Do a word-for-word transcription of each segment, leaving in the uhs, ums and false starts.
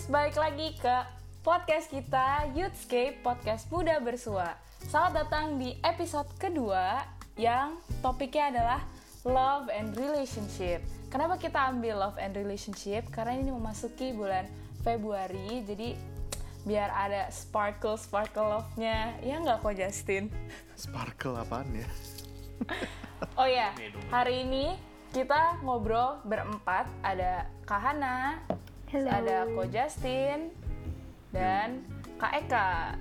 balik lagi ke podcast kita Youthscape, podcast muda bersua. Selamat datang di episode kedua yang topiknya adalah love and relationship. Kenapa kita ambil love and relationship? Karena ini memasuki bulan Februari, jadi biar ada sparkle-sparkle love-nya. Ya nggak kok Justin? Sparkle apaan ya? Oh ya, hari ini kita ngobrol berempat. Ada Kak Hana, Hello. ada Ko Justin, dan Kak Eka.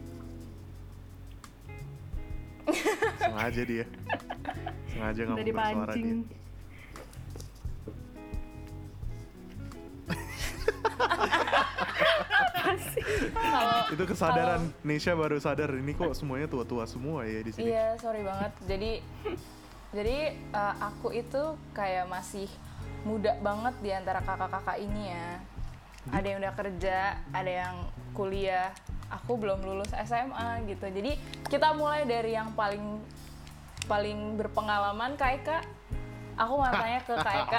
Sengaja dia. Sengaja nggak mau bersuara dia. Itu kesadaran. Nisha baru sadar ini kok semuanya tua-tua semua ya di sini. Iya, sorry banget. Jadi, jadi uh, aku itu kayak masih muda banget di antara kakak-kakak ini ya. Ada yang udah kerja, ada yang kuliah. Aku belum lulus S M A gitu. Jadi kita mulai dari yang paling paling berpengalaman, Kak Eka. Aku mau tanya ke Kak Eka.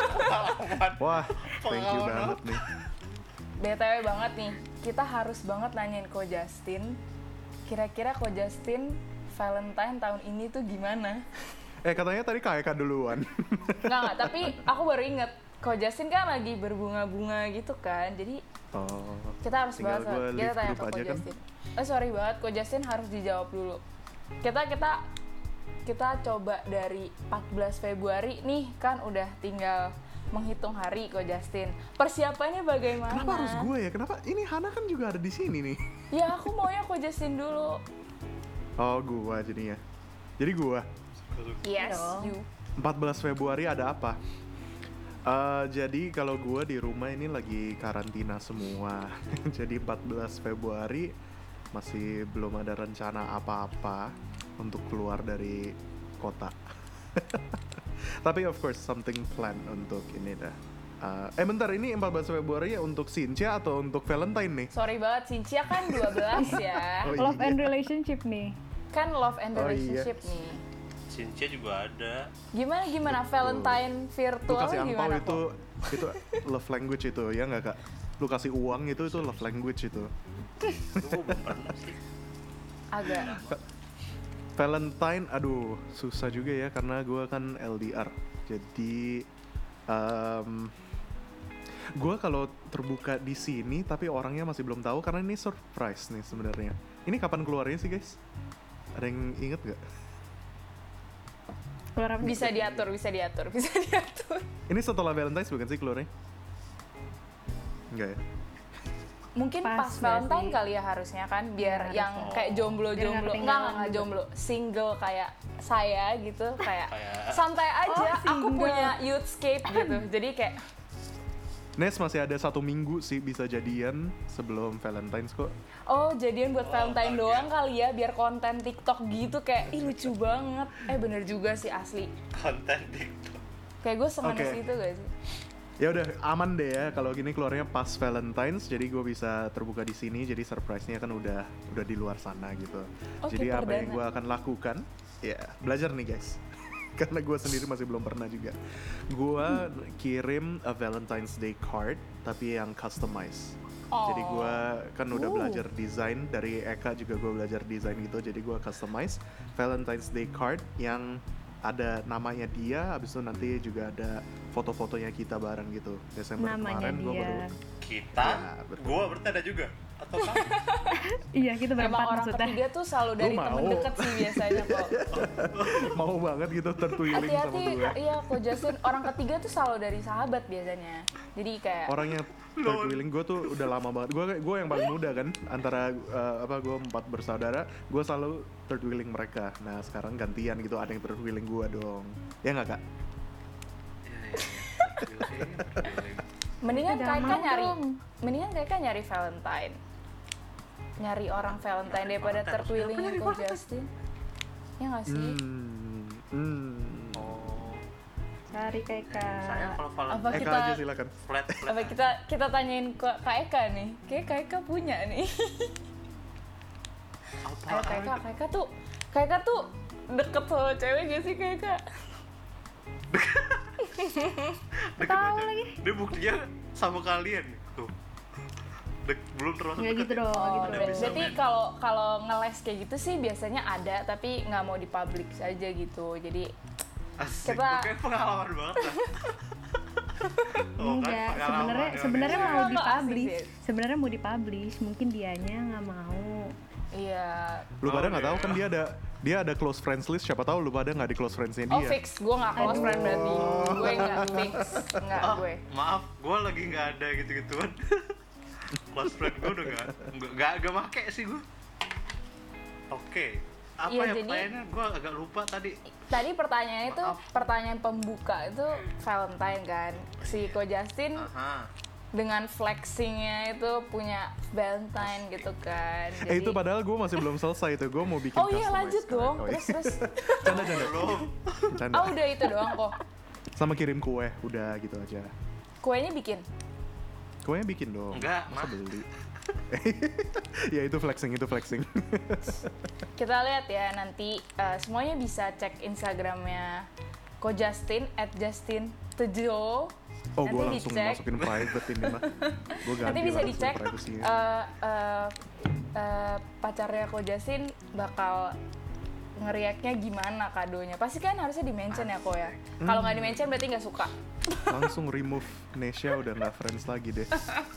Wah, thank you banget nih. B T W banget nih, kita harus banget nanyain Ko Justin. Kira-kira Ko Justin Valentine tahun ini tuh gimana? Eh katanya tadi Kak Eka duluan. Nggak, nggak, tapi aku baru inget Ko Justin kan lagi berbunga-bunga gitu kan. Jadi Oh, kita harus tinggal bahas, gue kita leave tanya group ke Ko aja kan? Justin. Oh sorry banget, Ko Justin harus dijawab dulu. Kita kita kita coba dari empat belas Februari nih, kan udah tinggal menghitung hari Ko Justin. Persiapannya bagaimana? Kenapa harus gue ya? Kenapa? Ini Hana kan juga ada di sini nih. Ya aku maunya Ko Justin dulu. Oh, gue jadinya. Jadi gue Yes, you. empat belas Februari ada apa? Uh, jadi kalau gue di rumah ini lagi karantina semua. Jadi empat belas Februari masih belum ada rencana apa-apa untuk keluar dari kota. Tapi of course something planned untuk ini dah. Uh, eh bentar, ini empat belas Februari ya untuk Cynthia atau untuk Valentine nih? Sorry banget, Cynthia kan dua belas ya. Oh, Love iya. and relationship nih. Kan love and Oh, iya. relationship nih. Cynthia juga ada. Gimana gimana Valentine Lu virtual kasih angpau gimana itu kok? itu love language itu ya nggak Kak? Lu kasih uang itu itu love language itu. Gue belum pernah sih. Agak. Valentine, aduh susah juga ya karena gue kan L D R. Jadi um, gue kalau terbuka di sini tapi orangnya masih belum tahu karena ini surprise nih sebenarnya. Ini kapan keluarnya sih guys? Ada yang inget nggak? Keluar apa? Bisa diatur, bisa diatur, bisa diatur. Ini setelah Valentine's bukan sih keluarnya? Enggak ya? Mungkin pas, Pas Valentine sih. kali ya harusnya kan, biar Ya, yang harus. kayak jomblo-jomblo, Biar nggak enggak enggak ketinggalan enggak gitu. jomblo, single kayak saya gitu, kayak Kayak- santai aja. Oh, Aku single. punya youthscape gitu, jadi kayak Nes masih ada satu minggu sih bisa jadian sebelum Valentine's kok. oh jadian buat Oh, Valentine target. doang kali ya, biar konten TikTok gitu kayak ih lucu banget. Eh bener juga sih asli. Konten TikTok. Kayak gue semanis Oke. itu gak sih? Ya udah aman deh ya kalau gini keluarnya pas Valentine's, jadi gue bisa terbuka di sini, jadi surprise-nya kan udah udah di luar sana gitu. Oke, Jadi apa yang perdana. gue akan lakukan, ya belajar nih guys. Karena gue sendiri masih belum pernah juga. Gue kirim a Valentine's Day card tapi yang customized. Oh. Jadi gue kan udah Uh. belajar desain dari Eka juga gue belajar desain gitu. Jadi gue customize Valentine's Day card yang ada namanya dia, habis itu nanti juga ada foto-fotonya kita bareng gitu. Desember Namanya kemarin gue dia. baru Kita, Ya, betul. gue berarti ada juga. Atau sama? Iya, kita Emang berempat orang maksudnya. ketiga tuh selalu dari Lu temen mau? deket sih biasanya kok. mau banget gitu tertwiling sama Hati-hati, gue. iya kok Justin, orang ketiga tuh selalu dari sahabat biasanya. Jadi kayak Orangnya tertwiling gue tuh udah lama banget. Gue gue yang paling muda kan antara uh, apa gue empat bersaudara. Gue selalu tertwiling mereka. Nah sekarang gantian gitu, ada yang tertwiling gue dong. Ya nggak Kak? Iya, iya, iya. mendingan Udah Kaika mau nyari, dong. mendingan Kaika nyari Valentine. Nyari orang Valentine Nyari daripada Valentine. tertwilingin Nyari kok Valentine. Justin. Ya nggak sih? Hmm, hmm. Oh, Cari kayak saya Kak. kalau Apa Valentine Eka kita- aja silakan. flat flat. Apa kita kita tanyain ke Kak Eka nih? Kayak Kak Eka punya nih. Ayo Kak Eka, Kak Eka tuh Kak Eka tuh deket sama cewek gak sih Kak Eka? Deket Tahu aja. lagi. Dia buktinya sama kalian tuh. Dek, belum termasuk Nggak deket gitu ya? dong, Oh, gitu ber- dong. bisa berarti main. kalau kalau ngeles kayak gitu sih biasanya ada tapi nggak mau dipublish aja gitu. Jadi Asik, Kita- gue kayak pengalaman banget lah. Oh, kan, Enggak, pengalaman sebenarnya yang sebenarnya ini. mau Nggak asik dipublish. sih. Sebenarnya mau dipublish, mungkin dianya nggak mau. iya. Lu pada Oh, nggak tahu iya. kan dia ada dia ada close friends list. Siapa tahu lu pada nggak di close friendsnya Oh dia. fix, gue nggak close Aduh. friend berarti. Gue nggak fix, nggak Ah, gue. maaf, gue lagi nggak ada gitu-gituan. Close friend gue udah nggak nggak nggak nggak make sih gue. Oke, apa Iya, ya jadi- pertanyaannya? Gue agak lupa tadi. Tadi pertanyaannya itu Maaf. pertanyaan pembuka itu Valentine kan. Si Ko Justin Aha. dengan flexingnya itu punya Valentine gitu kan. Eh itu Jadi- padahal gue masih belum selesai tuh. Gue mau bikin Oh iya customize lanjut sekarang. dong. Oh, iya. Terus terus. Canda canda. Belum. Canda. Oh udah itu doang kok. Sama kirim kue, udah gitu aja. Kuenya bikin. Kuenya bikin dong. Enggak, Masa mah. beli. Ya itu flexing, itu flexing. Kita lihat ya nanti eh, semuanya bisa cek Instagramnya Ko Justin at Justin Tejo. Oh, Nanti gue langsung dicek. masukin private ini mah. Gue ganti Nanti bisa langsung dicek privacy-nya. eh, eh, eh, pacarnya Ko Justin bakal ngeriaknya gimana kadonya. Pasti kan harusnya di-mention ya Ko ya. Kalau nggak di-mention berarti nggak suka. Langsung remove Nesha, udah nggak friends lagi deh.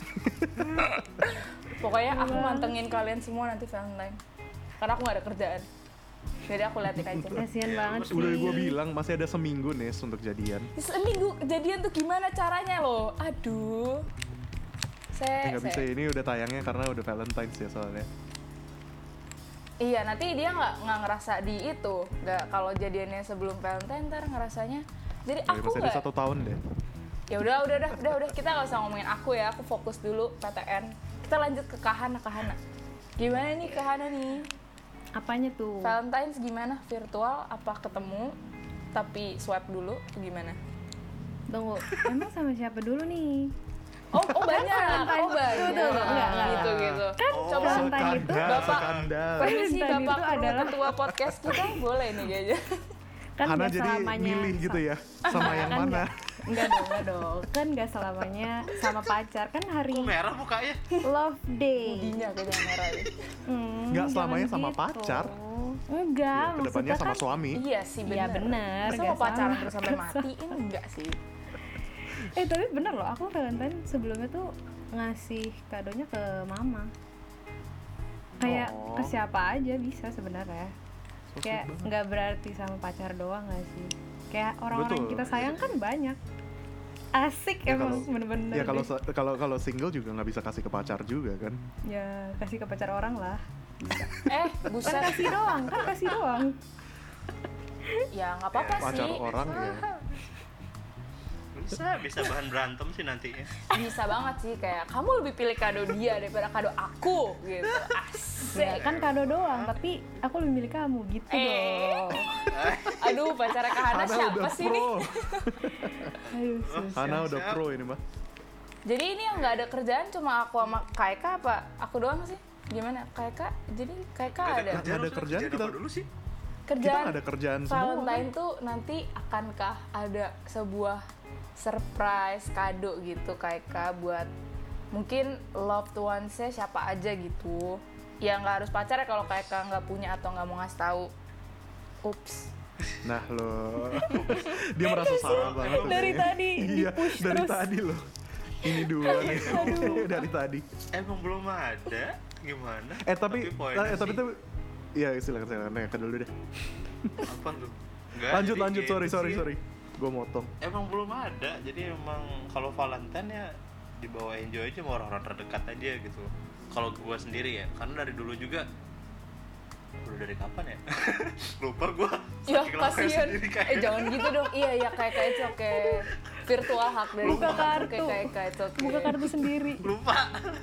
Pokoknya aku mantengin kalian semua nanti Valentine. Karena aku nggak ada kerjaan. Jadi aku liatin aja. Kasian Ya, banget sih. Udah gue bilang masih ada seminggu Nes untuk jadian. Seminggu kejadian tuh gimana caranya loh? Aduh. Eh Saya, nggak bisa, saya- ini udah tayangnya karena udah Valentine's ya soalnya. Iya, nanti dia nggak nggak ngerasa di itu. Nggak kalau jadiannya sebelum Valentine ntar ngerasanya. Jadi Ya, aku masih ada nggak. satu tahun deh. Ya udah, udah, udah, udah, udah. Kita nggak usah ngomongin aku ya. Aku fokus dulu P T N. Kita lanjut ke Kahana, Kahana. Gimana nih Kahana nih? Apanya tuh? Valentine's gimana? Virtual apa ketemu? Tapi swipe dulu? Atau gimana? Tunggu, emang sama siapa dulu nih? Oh, oh banyak, Valentine. oh banyak. Tuh, tuh, tuh. Enggak, enggak. Gitu, gitu. Oh, Coba Valentine itu Skandal, Bapak- skandal. permisi Valentine Bapak itu kru adalah- ketua podcast kita boleh nih kayaknya. kan Hana nggak jadi selamanya milih gitu ya, sama yang Kan mana? nggak- Enggak dong, enggak dong. Kan enggak selamanya sama pacar. Kan hari Kok merah mukanya? love day. Hoodie-nya kayaknya merah deh. Hmm, Nggak selamanya jangan sama gitu. pacar. Enggak, Ya, kedepannya maksudnya sama kan suami. Iya sih bener. Iya, bener, Masa nggak mau pacaran sama. terus sampai mati? Ini enggak sih. Eh tapi bener loh, aku Valentine sebelumnya tuh ngasih kadonya ke mama. Kayak Oh. ke siapa aja bisa sebenarnya. So sweet Kayak banget. nggak berarti sama pacar doang gak sih? Kayak orang-orang yang Betul. kita sayang kan banyak. Asik Ya, emang kalau- bener-bener. Ya kalau deh. se- kalau kalau single juga nggak bisa kasih ke pacar juga kan? Ya kasih ke pacar orang lah. Eh, Kan buset. kasih doang, kan kasih doang. Ya nggak apa-apa Pacar sih. orang ya. Bisa, bisa bahan berantem sih nantinya. Bisa banget sih kayak kamu lebih pilih kado dia daripada kado aku gitu. Ya Asik. kan kado doang, tapi aku lebih milih kamu gitu Eh. dong. Aduh, pacarnya Kahana Hana siapa udah sih ini? pro. Aduh, susah. Hana udah Siap. pro ini mah. Jadi ini yang nggak ada kerjaan cuma aku sama Kaika apa? Aku doang sih? Gimana? Kaika? Jadi Kaika Nggak ada. Nggak ada maksudnya kerjaan, kita- apa dulu sih? Kita Kerjaan nggak ada kerjaan semua. Valentine tuh nanti akankah ada sebuah surprise kado gitu Kaika buat mungkin loved ones-nya siapa aja gitu. Ya nggak harus pacar ya kalau Kaika nggak punya atau nggak mau ngasih tahu. Ups. Nah lo, dia merasa salah banget tuh Dari kayaknya. tadi Iya, di-push dari terus. tadi loh. Ini dua nih, dari tadi. Emang belum ada? Gimana? Eh tapi, poinnya eh, tapi sih, tuh, ya silakan silakan ya dulu deh. apa tuh? Nggak, Lanjut jadi lanjut, gitu sorry sorry sih. sorry. Gue motong. Emang belum ada, jadi emang kalau Valentine ya dibawa enjoy aja sama orang-orang terdekat aja gitu. Kalau gue sendiri ya, karena dari dulu juga udah dari kapan ya? Lupa gue. Ya kasihan. Eh jangan gitu dong. Iya iya kayak kayak itu oke. Virtual hak dari Buka Kayak kartu. kayak kayak itu oke. Buka kartu sendiri. Lupa.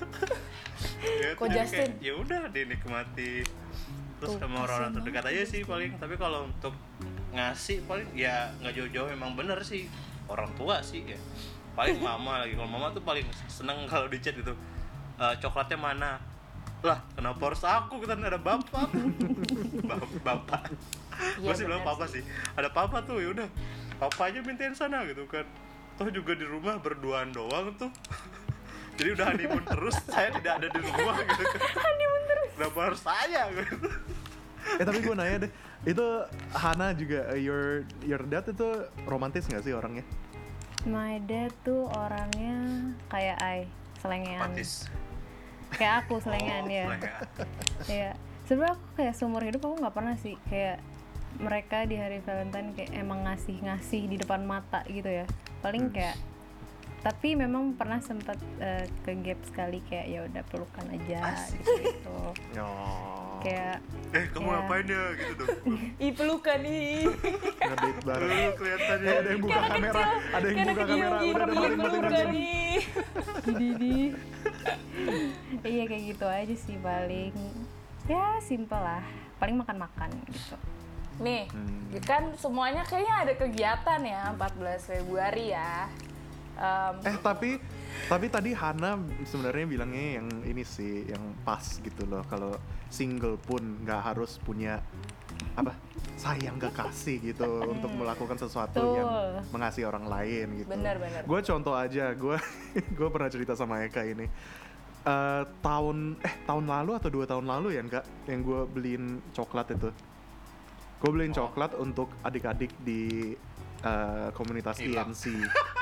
Ya, Ko jadi Justin. kayak, ya udah dinikmati. Terus Tuh, sama orang-orang kasihan terdekat aja sih paling. Tapi kalau untuk ngasih paling ya nggak jauh-jauh emang bener sih orang tua sih ya. Paling mama lagi. Kalau mama tuh paling seneng kalau di chat gitu. "Eh, coklatnya mana? Lah kenapa harus aku, kita ada bapak." Bap- bapak Iya, gue sih bilang bener papa sih, ada papa tuh ya udah papa aja mintain sana gitu kan, toh juga di rumah berduaan doang tuh. Jadi udah honeymoon terus, saya tidak ada di rumah gitu. Honeymoon terus. Kenapa harus saya gitu? Eh tapi gue nanya deh, itu Hana juga uh, your your dad itu romantis nggak sih orangnya? My dad tuh orangnya kayak I, selengean. Apatis. Kayak aku selengean Oh, ya. selengean. Iya. Sebenarnya aku kayak seumur hidup aku nggak pernah sih kayak mereka di hari Valentine kayak emang ngasih-ngasih di depan mata gitu ya. Paling kayak tapi memang pernah sempat uh, ke gap sekali kayak ya udah pelukan aja gitu, gitu. Oh. Kayak Eh kamu ya. ngapain ya gitu dong. Ih pelukan nih. Ngedate bareng. Lu kelihatannya Eh, ada yang buka kamera, ada yang buka kamera, udah ada Ih maling pelukan nih. Didi. Iya kayak gitu aja sih paling. Ya simple lah. Paling makan-makan gitu. Nih, Hmm. kan semuanya kayaknya ada kegiatan ya empat belas Februari ya. Um, Eh tapi tapi tadi Hana sebenarnya bilangnya yang ini sih yang pas gitu loh, kalau single pun nggak harus punya apa sayang kekasih gitu untuk melakukan sesuatu Betul. yang mengasihi orang lain gitu. Benar-benar. Gue contoh aja, gue gue pernah cerita sama Eka ini. Eh, tahun eh tahun lalu atau dua tahun lalu ya enggak yang gue beliin coklat itu. Gue beliin Oh. coklat untuk adik-adik di eh, komunitas I Hilang. N C.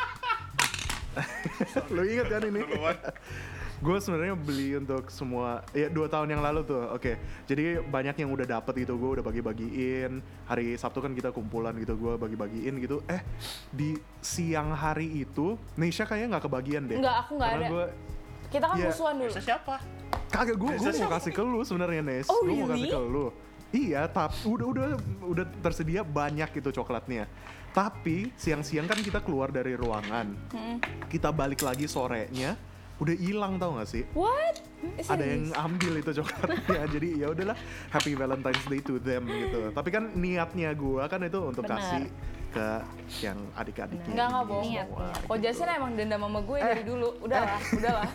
Lo inget kan ini? Gue sebenarnya beli untuk semua ya dua tahun yang lalu tuh. Oke, jadi banyak yang udah dapet gitu, gue udah bagi-bagiin. Hari Sabtu kan kita kumpulan gitu, gue bagi-bagiin gitu. Eh di siang hari itu Nisha kayaknya nggak kebagian deh. Enggak, aku nggak Karena ada. Gua, Kita kan Iya. musuhan dulu. Bisa siapa? kagak gue gue Bisa mau kasih ke lu sebenarnya Nes. Oh, Gue mau kasih really? ke lu. Iya, tapi udah udah udah tersedia banyak gitu coklatnya. Tapi siang-siang kan kita keluar dari ruangan. Hmm. Kita balik lagi sorenya, udah hilang tau gak sih? What? Eh, Ada yang serius? ambil itu coklatnya. Jadi ya udahlah, happy Valentine's Day to them gitu. Tapi kan niatnya gua kan itu untuk Benar. kasih ke yang adik-adiknya. Enggak, enggak ini bohong. Niat, semua, niat. Kok gitu. Jasin emang dendam sama gue dari dulu. Udahlah, udahlah.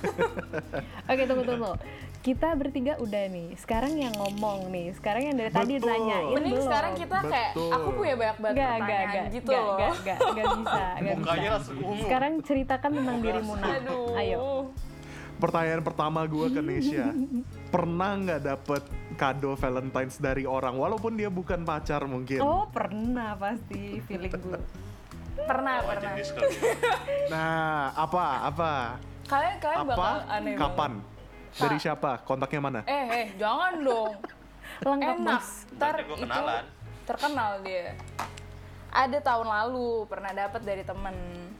Oke tunggu tunggu. Kita bertiga udah nih. Sekarang yang ngomong nih. Sekarang yang dari tadi Betul. nanyain Mending belum. sekarang kita kayak Betul. aku punya banyak banget Gak, gak, pertanyaan gak, gitu gak, loh. gak, gak, gak bisa, gak Mukanya bisa. langsung ungu. Sekarang ceritakan tentang Muka dirimu langsung- Nak. Aduh. Ayo. Pertanyaan pertama gua ke Nesha, pernah nggak dapet kado Valentine's dari orang walaupun dia bukan pacar mungkin? Oh pernah pasti feeling gue. Pernah, Oh, pernah. jenis kali. Nah, apa apa Kalian kalian apa bakal aneh kapan? banget. Dari Pak. siapa? Kontaknya mana? Eh, eh, jangan dong. Lengkap Enak. bos. Ntar Nanti gua itu kenalan. terkenal dia. Ada tahun lalu pernah dapat dari temen.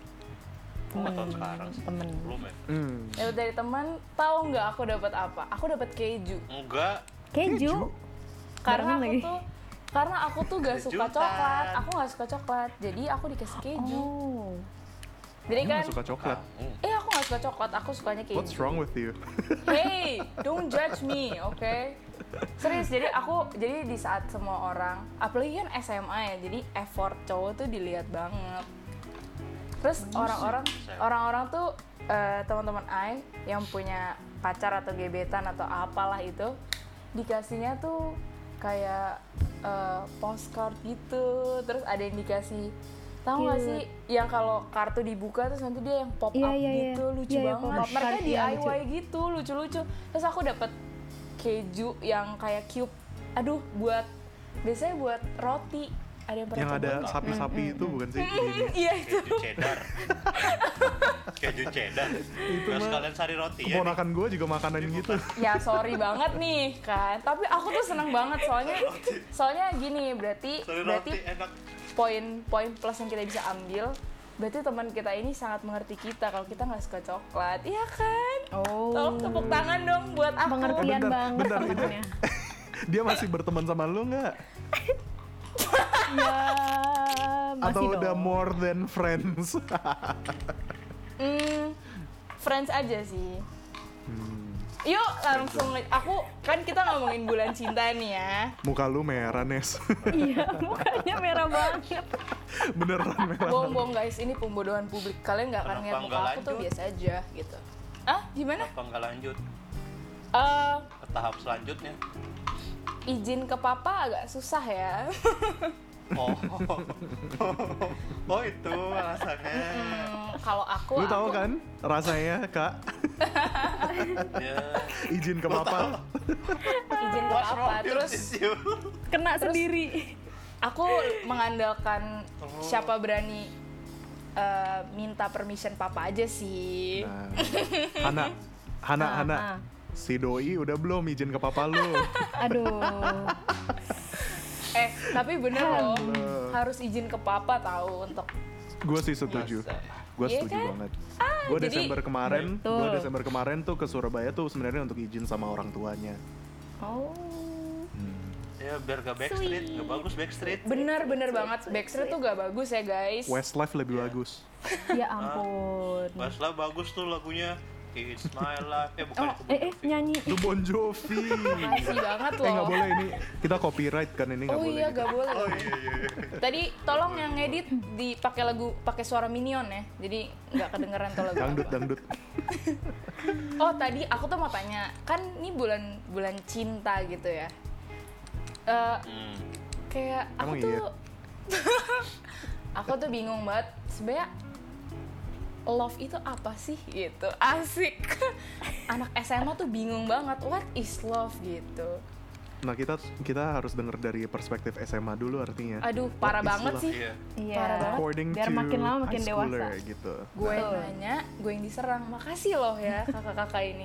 Oh, tahun sekarang sih. Temen. Belum ya? Hmm. Dapat dari temen. Tahu nggak aku dapat apa? Aku dapat keju. Enggak. Keju. Karena Barengan aku lagi. tuh karena aku tuh gak suka Kejutan. coklat. Aku gak suka coklat. Jadi aku dikasih keju. Oh. Jadi Dia kan, nggak suka coklat. Kamu. eh aku gak suka coklat. Aku sukanya keju. What's wrong with you? Hey, don't judge me, oke? Serius, jadi aku, jadi di saat semua orang, apalagi kan S M A ya, jadi effort cowok tuh dilihat banget. Terus orang-orang, orang-orang tuh eh, teman-teman I yang punya pacar atau gebetan atau apalah itu, dikasihnya tuh kayak eh, postcard gitu, terus ada yang dikasih. Tahu gak Cute. sih yang kalau kartu dibuka terus nanti dia yang pop Iya, up iya, iya. gitu, lucu Iya, iya, banget. pop-up Mereka card, D iya, I Y lucu. gitu, lucu-lucu. Terus aku dapet keju yang kayak cube. Aduh, buat biasanya buat roti. Ada yang pernah Yang ada coba? sapi-sapi itu bukan sih? Ini. Iya itu. Keju cheddar. Keju cheddar. Itu Terus mah kalian sari roti ya. nih. Keponakan gue juga makanan gitu. Ya sorry banget nih kan. Tapi aku tuh seneng banget soalnya soalnya gini berarti Sari berarti roti enak. poin-poin plus yang kita bisa ambil. Berarti teman kita ini sangat mengerti kita kalau kita nggak suka coklat, iya kan? Oh. Tolong tepuk tangan dong buat aku. Pengertian Bentar, banget bentar, itu- temennya. Dia masih berteman sama lu nggak? Ya masih Atau dong. udah more than friends? Hmm, friends aja sih. Hmm, Yuk langsung, aku kan kita ngomongin bulan cinta nih ya. muka lu merah, Nes. Iya mukanya merah banget. Beneran merah. Bohong-bohong guys, ini pembodohan publik. Kalian nggak akan Kenapa lihat muka nggak aku tuh lanjut? biasa aja gitu. Ah, gimana? Apa nggak lanjut Eh, ke tahap selanjutnya? izin ke papa agak susah ya. Oh. Oh itu alasannya. Hmm, kalau aku, Lu tahu aku- kan rasanya, Kak? Ya. Izin ke papa. Izin ke What's papa. wrong Terus with you? Kena sendiri. aku mengandalkan siapa berani uh, minta permission papa aja sih. Nah, Hana, Hana, Ah, Hana. ah. Si doi udah belum izin ke papa lu? Aduh. Eh, tapi bener loh, Halo. harus izin ke papa tahu untuk Gue sih setuju. Gue Iya setuju kan? banget. Ah, Gue jadi- Desember kemarin, Betul. gue Desember kemarin tuh ke Surabaya tuh sebenarnya untuk izin sama orang tuanya. Oh. Ya biar gak backstreet, gak bagus backstreet. bener-bener banget. Backstreet tuh gak bagus ya guys. Westlife lebih bagus. Ya ampun. Westlife bagus tuh lagunya. It's my life. Eh bukan Oh, itu. Eh eh nyanyi. Itu Bon Jovi. Makasih banget loh. Eh nggak boleh ini, kita copyright kan ini nggak Oh boleh. iya gak boleh. Oh iya iya iya. Tadi tolong yang ngedit dipakai lagu pakai suara Minion ya. Jadi nggak kedengeran tuh lagu. Dangdut apa. dangdut. Oh tadi aku tuh mau tanya, kan ini bulan bulan cinta gitu ya. Eh, Hmm. kayak aku Emang tuh iya? aku tuh bingung banget sebenarnya love itu apa sih gitu. Asik. Anak S M A tuh bingung banget what is love gitu. Nah kita kita harus denger dari perspektif S M A dulu artinya. Aduh parah What is banget love? sih. Iya. Iya. Parah banget. According Biar to makin lama makin high schooler, dewasa. gitu. Gue yang Betul. nanya, gue yang diserang. Makasih loh ya kakak-kakak ini.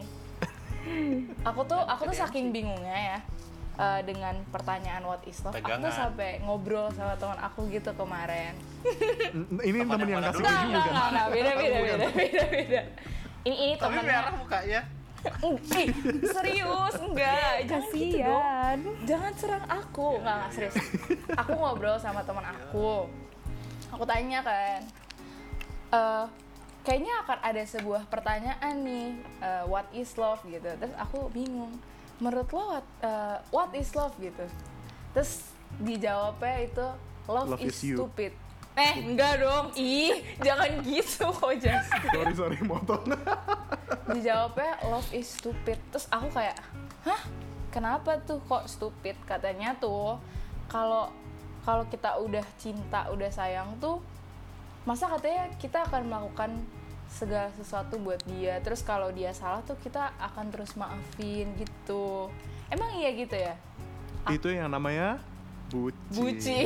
Aku tuh aku tuh saking bingungnya ya eh, dengan pertanyaan what is love. Aku tuh Pegangan. sampai ngobrol sama teman aku gitu kemarin. N- Ini Teman temen yang yang kasih mana Enggak, keju enggak, kan? enggak, enggak, beda, beda, beda, beda, beda. Ini ini Tapi temennya. merah mukanya. Ih, serius enggak? Jangan gitu dong. Kasian. Jangan serang aku. Enggak, enggak serius. Aku ngobrol sama teman aku. Aku tanya kan. eh kayaknya akan ada sebuah pertanyaan nih, eh, what is love gitu. Terus aku bingung. Menurut lo what, eh, what is love gitu. Terus dijawabnya itu love, Love is, is you. stupid. Eh, enggak dong. Ih, jangan gitu kok, Justin. Sorry sorry motong. Dijawabnya love is stupid. Terus aku kayak, hah? Kenapa tuh kok stupid? Katanya tuh kalau kalau kita udah cinta, udah sayang tuh, masa katanya kita akan melakukan segala sesuatu buat dia. Terus kalau dia salah tuh kita akan terus maafin gitu. Emang iya gitu ya? Itu yang namanya buci. Buci.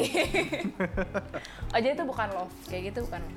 Oh jadi itu bukan love, kayak gitu bukan?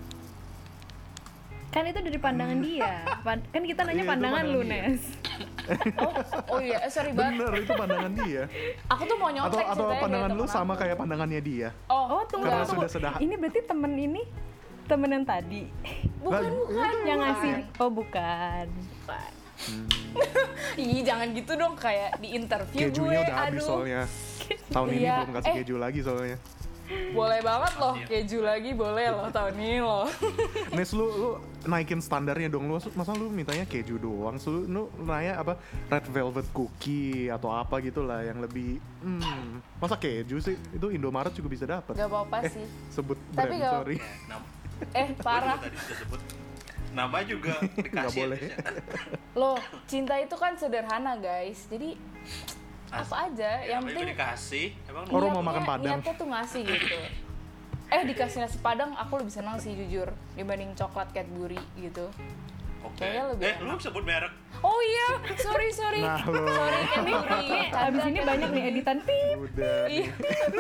Kan itu dari pandangan dia. Pan- kan kita nanya Iya, itu pandangan lu, pandangan dia. Nes. Oh, oh iya, eh, sorry banget. Bener itu pandangan dia. Aku tuh mau Atau nyontek atau ceritanya pandangan dari lu temen sama aku. kayak pandangannya dia. Oh, Oh, tunggu, Karena tunggu. sudah sedah- Ini berarti temen ini temen yang tadi bukan, Lah, bukan. yang bukan. ngasih. Oh, bukan. Bukan. Hmm. Ih, jangan gitu dong kayak di interview gue. Kejunya udah habis Aduh. soalnya. Tahun ini Iya, belum kasih eh. keju lagi soalnya. Boleh banget loh, keju lagi boleh loh tahun ini loh. Nes lu lu naikin standarnya dong. Lu masa lu mintanya keju doang? Lu lu nanya apa red velvet cookie atau apa gitu lah yang lebih hmm, masa keju sih? Itu Indomaret juga bisa dapat. Gak apa-apa Eh, sih. sebut Tapi brand, gak- sorry. Ya, nama. Eh, parah. Gua juga tadi sudah sebut. Nama juga Nggak dikasih. boleh. Loh, cinta itu kan sederhana, guys. Jadi apa aja, Ya, yang namanya juga penting dikasih. Emang Orang mau niatnya- makan Padang. Niatnya tuh ngasih gitu. Eh, dikasih nasi Padang aku lebih senang sih jujur dibanding coklat Cadbury gitu. oke. kayaknya lebih Eh, enak. lu sebut merek. Oh iya, sorry sorry. Nah, lo. Sorry Cadbury. Abis ini banyak nih editan pip. Udah. Iya.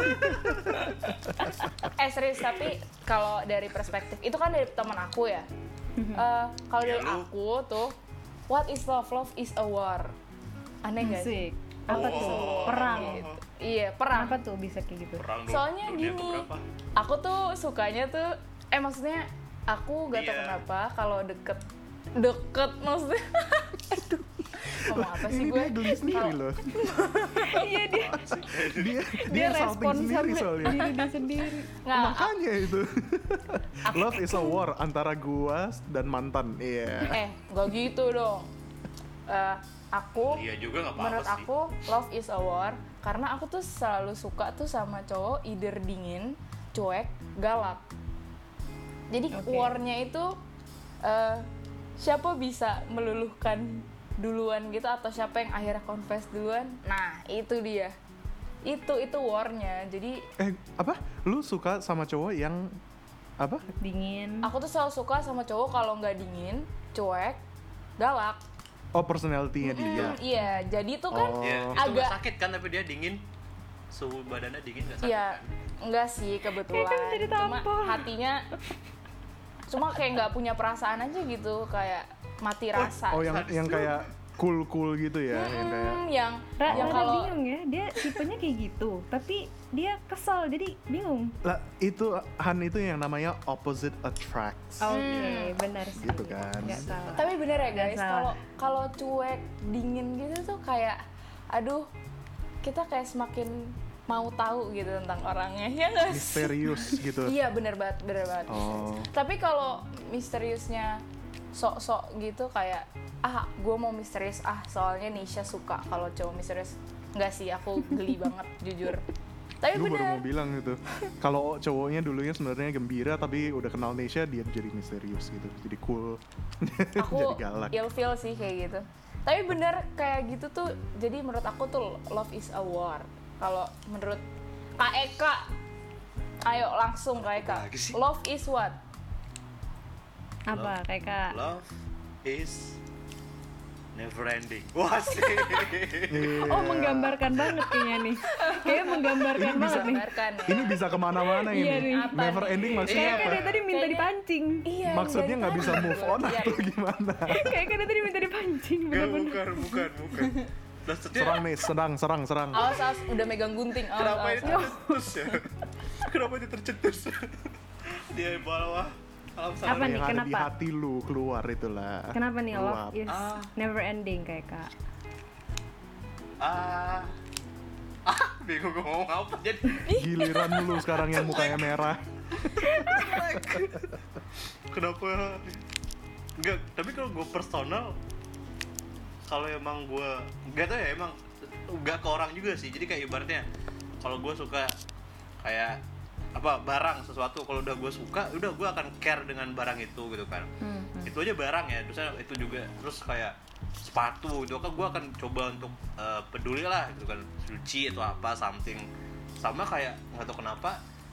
Eh serius, tapi kalau dari perspektif itu kan dari teman aku ya. Eh, kalau Ya, dari lu. aku tuh, what is love? Love is a war. Aneh gak sih? Musik. Apa Oh. tuh? Perang. Gitu. Iya perang. Kenapa tuh bisa kayak gitu? Perang du- Soalnya dunia gini, keberapa? aku tuh sukanya tuh, eh maksudnya aku gak tau Iya. kenapa kalau deket deket maksudnya. Aduh, ngomong apa sih Ini gue? dia geli sendiri Kalau- loh. Iya dia Dia dia dia respon salting sendiri sama soalnya. diri dia sendiri. Nggak, Makanya itu. Love is a war antara gua dan mantan. Iya. eh gak gitu dong. Eh, aku Iya juga nggak apa-apa menurut sih. aku love is a war karena aku tuh selalu suka tuh sama cowok either dingin, cuek, galak. Jadi Oke. warnya itu eh, siapa bisa meluluhkan duluan gitu atau siapa yang akhirnya confess duluan. Nah, itu dia. Itu itu warnya. Jadi Eh, apa? Lu suka sama cowok yang apa? Dingin. aku tuh selalu suka sama cowok kalau nggak dingin, cuek, galak. Oh, personality-nya dia. Hmm, iya, jadi tuh kan Oh. Ya, itu agak nggak sakit kan tapi dia dingin, suhu badannya dingin nggak sakit iya, kan? enggak sih kebetulan. Kayak kan jadi Cuma tampol. hatinya cuma kayak nggak punya perasaan aja gitu, kayak mati rasa. Oh, yang yang kayak cool-cool gitu ya, yang kayak Hmm, yang Ra- yang Rada kalau bingung ya, dia tipenya kayak gitu, tapi dia kesel jadi bingung. lah itu Han itu yang namanya opposite attracts. Oke, benar sih. Gitu kan. Nggak salah. tapi bener ya guys, Nggak salah. kalau kalau cuek dingin gitu tuh kayak aduh, kita kayak semakin mau tahu gitu tentang orangnya, ya nggak sih? Misterius gitu. Iya bener banget, bener banget. Oh. Tapi kalau misteriusnya sok-sok gitu kayak ah gue mau misterius ah soalnya Nisha suka kalau cowok misterius. Nggak sih, aku geli banget jujur. Tapi Gue baru bener, mau bilang gitu. Kalau cowoknya dulunya sebenarnya gembira tapi udah kenal Nesha dia jadi misterius gitu. Jadi cool. aku jadi galak. ilfeel sih kayak gitu. Tapi bener kayak gitu tuh, jadi menurut aku tuh love is a war. Kalau menurut Kak Eka, ayo langsung Kak Eka. Apa lagi sih? Love is what? Apa kayak kak? Love is never ending. Wah sih. Iya. Oh, menggambarkan banget kayaknya nih. Kayak menggambarkan Ini bisa- banget nih. Gambarkan ya. Ini bisa kemana-mana ini. Iya nih. Apa Never nih? ending maksudnya Kayak apa? kan dia tadi minta Kayaknya- dipancing. Iya, Maksudnya dari nggak bisa tadi. move on Iya, atau gimana? Kayak kan dia tadi minta dipancing. Enggak, Bener-bener. bukan, bukan, bukan. Maksudnya Serang nih, serang, serang, serang. Awas, awas, udah megang gunting. Awas, kenapa awas, ini awas. tercetus ya? Kenapa ini tercetus? Dia di bawah alam sana. Apa nih, yang ada di kenapa? hati lu keluar itulah. Kenapa nih Keluar. love is Ah. never ending kayak kak? Ah, ah, bingung gue ngomong apa jadi. Giliran lu sekarang yang mukanya merah. Kenapa? Enggak, tapi kalau gue personal, kalau emang gue enggak tahu ya, emang enggak ke orang juga sih. Jadi kayak ibaratnya kalau gue suka kayak apa barang sesuatu, kalau udah gue suka udah gue akan care dengan barang itu gitu kan. Hmm, hmm. Itu aja barang ya, terus itu juga, terus kayak sepatu itu kan gue akan coba untuk uh, peduli lah gitu kan, suci atau apa something. Sama kayak nggak tahu kenapa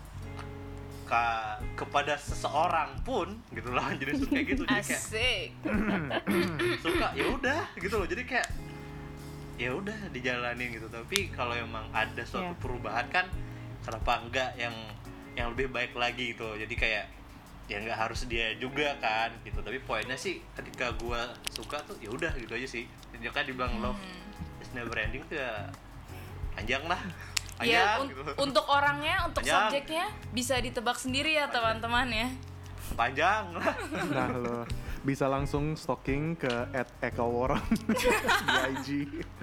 ka, kepada seseorang pun gitu lah jadi suka kayak gitu, jadi kayak Asik. suka ya udah gitu loh, jadi kayak ya udah dijalanin gitu. Tapi kalau emang ada suatu Yeah. perubahan kan kenapa enggak yang yang lebih baik lagi gitu. Jadi kayak ya nggak harus dia juga kan gitu. Tapi poinnya sih ketika gua suka tuh ya udah gitu aja sih. Dia kan dibilang love is never ending tuh ya panjang lah. Panjang Ya, un- gitu. untuk orangnya, untuk Panjang. subjeknya bisa ditebak sendiri ya teman-teman ya. Panjang lah. Nah lo bisa langsung stalking ke at eka warang di I G.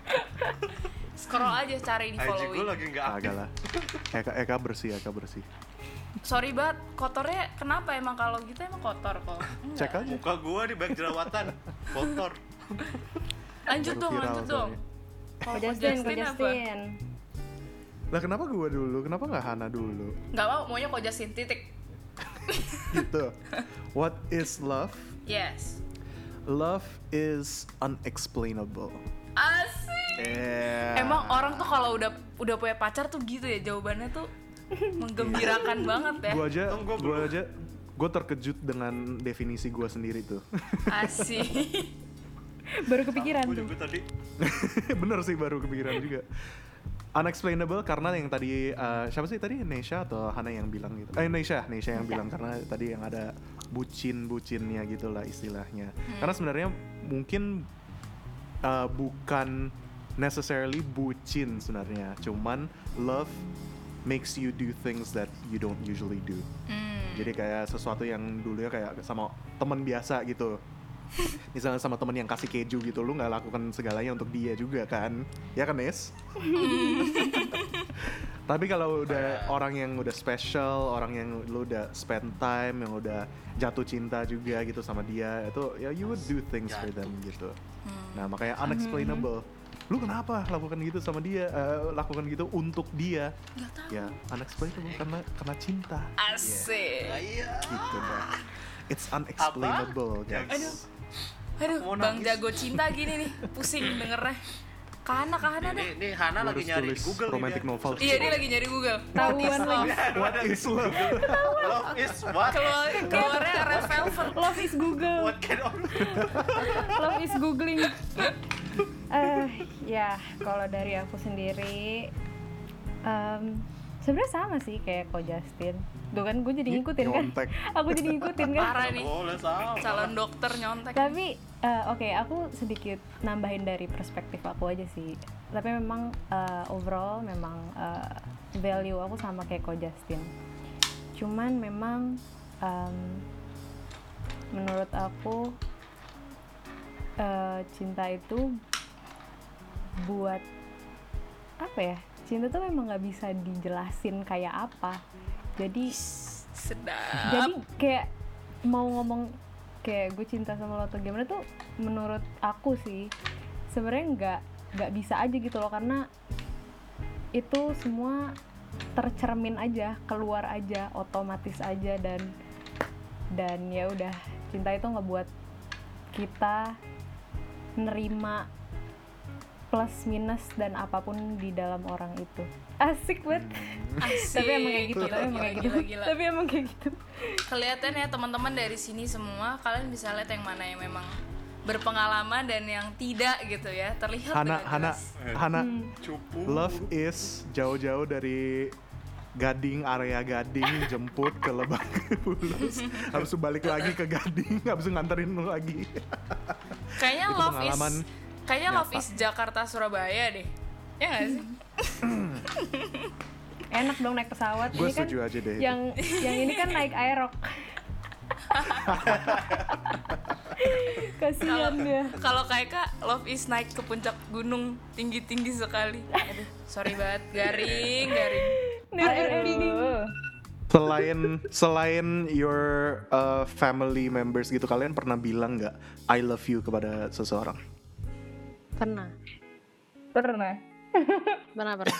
Scroll aja cari di I G following. gua lagi nggak aktif. Agak lah. Eka Eka bersih, Eka bersih. Sorry banget, kotornya kenapa emang kalau gitu emang kotor kok? Enggak. Cek aja. Muka gua di banyak jerawatan, kotor. Lanjut Baru dong, viral lanjut dong. soalnya. Kalau Ko Ko Justin, Ko Justin apa? Justin. Lah kenapa gua dulu? Kenapa nggak Hana dulu? Nggak mau, maunya Ko Justin titik. Gitu. What is love? Yes. Love is unexplainable. Asik. Yeah. Emang orang tuh kalau udah udah punya pacar tuh gitu ya, jawabannya tuh menggembirakan banget ya. Gua aja, Oh, gua gua belum. aja, gua terkejut dengan definisi gua sendiri tuh. Asik. Baru kepikiran Gua tuh. juga tadi. Bener sih, baru kepikiran juga. Unexplainable karena yang tadi uh, siapa sih tadi, Nesha atau Hana yang bilang gitu? Eh Nesha, Nesha yang bilang karena tadi yang ada bucin-bucinnya gitulah istilahnya. Karena sebenarnya mungkin uh, bukan necessarily bucin sebenarnya, cuman love makes you do things that you don't usually do. Hmm. Jadi kayak sesuatu yang dulunya kayak sama teman biasa gitu. Misalnya sama temen yang kasih keju gitu, lu nggak lakukan segalanya untuk dia juga kan, ya kan Nes? Tapi kalau udah orang yang udah special, orang yang lu udah spend time, yang udah jatuh cinta juga gitu sama dia, itu ya you would do things for them gitu. Nah makanya unexplainable. Lu kenapa lakukan gitu sama dia, eh, lakukan gitu untuk dia? Nggak tahu. Ya unexplainable karena karena cinta. Asik. Iya. Gitu dah. It's unexplainable Apa? guys. Aduh. Aduh, Mau Bang nangis. jago cinta gini nih, pusing dengernya. Kahana, Kahana dah. Ini, ini Hana Gua lagi harus nyari tulis di Google romantic nih dia. novel. Iya, dia lagi nyari Google. Tahuan lagi. What is love? Love is what? Keluar keluarnya Red Velvet. Love is Google. What kind of Love is googling. Eh ya kalau dari aku sendiri, em, sebenarnya sama sih kayak Ko Justin. Tuh kan gue jadi ngikutin kan. Nyontek. Aku jadi ngikutin kan. Parah nih. boleh sama. Calon dokter nyontek. Tapi eh, oke aku sedikit nambahin dari perspektif aku aja sih. Tapi memang eh, overall memang eh, value aku sama kayak Ko Justin. Cuman memang em, menurut aku eh, cinta itu buat apa ya? Cinta tuh memang nggak bisa dijelasin kayak apa. Jadi Sedap. jadi kayak mau ngomong kayak gue cinta sama lo atau gimana tuh menurut aku sih sebenarnya nggak nggak bisa aja gitu loh, karena itu semua tercermin aja, keluar aja, otomatis aja, dan dan ya udah, cinta itu ngebuat kita nerima plus minus dan apapun di dalam orang itu. Asik banget. Asik. Tapi emang kayak gitu, Gila, tapi emang gila, kayak gitu. gila, gila. Tapi emang kayak gitu. Kelihatan ya teman-teman dari sini semua, kalian bisa lihat yang mana yang memang berpengalaman dan yang tidak gitu ya. Terlihat Hana, dengan Hana, jelas. Hana, Cupu. love is jauh-jauh dari Gading, area Gading, jemput ke Lebak Bulus, habis itu balik lagi ke Gading, habis itu nganterin lu lagi. Kayaknya Itu love is pengalaman kayaknya love nyata. is Jakarta Surabaya deh. Ya nggak sih? Enak dong naik pesawat. Gue Ini kan setuju aja deh. yang yang ini kan naik Aerox. Kasihan dia. Kalau kayak Kak, love is naik ke puncak gunung tinggi-tinggi sekali. Aduh, sorry banget, garing, garing. Never ending. Selain selain your uh, family members gitu, kalian pernah bilang nggak I love you kepada seseorang? Pernah, Pernah. pernah, pernah.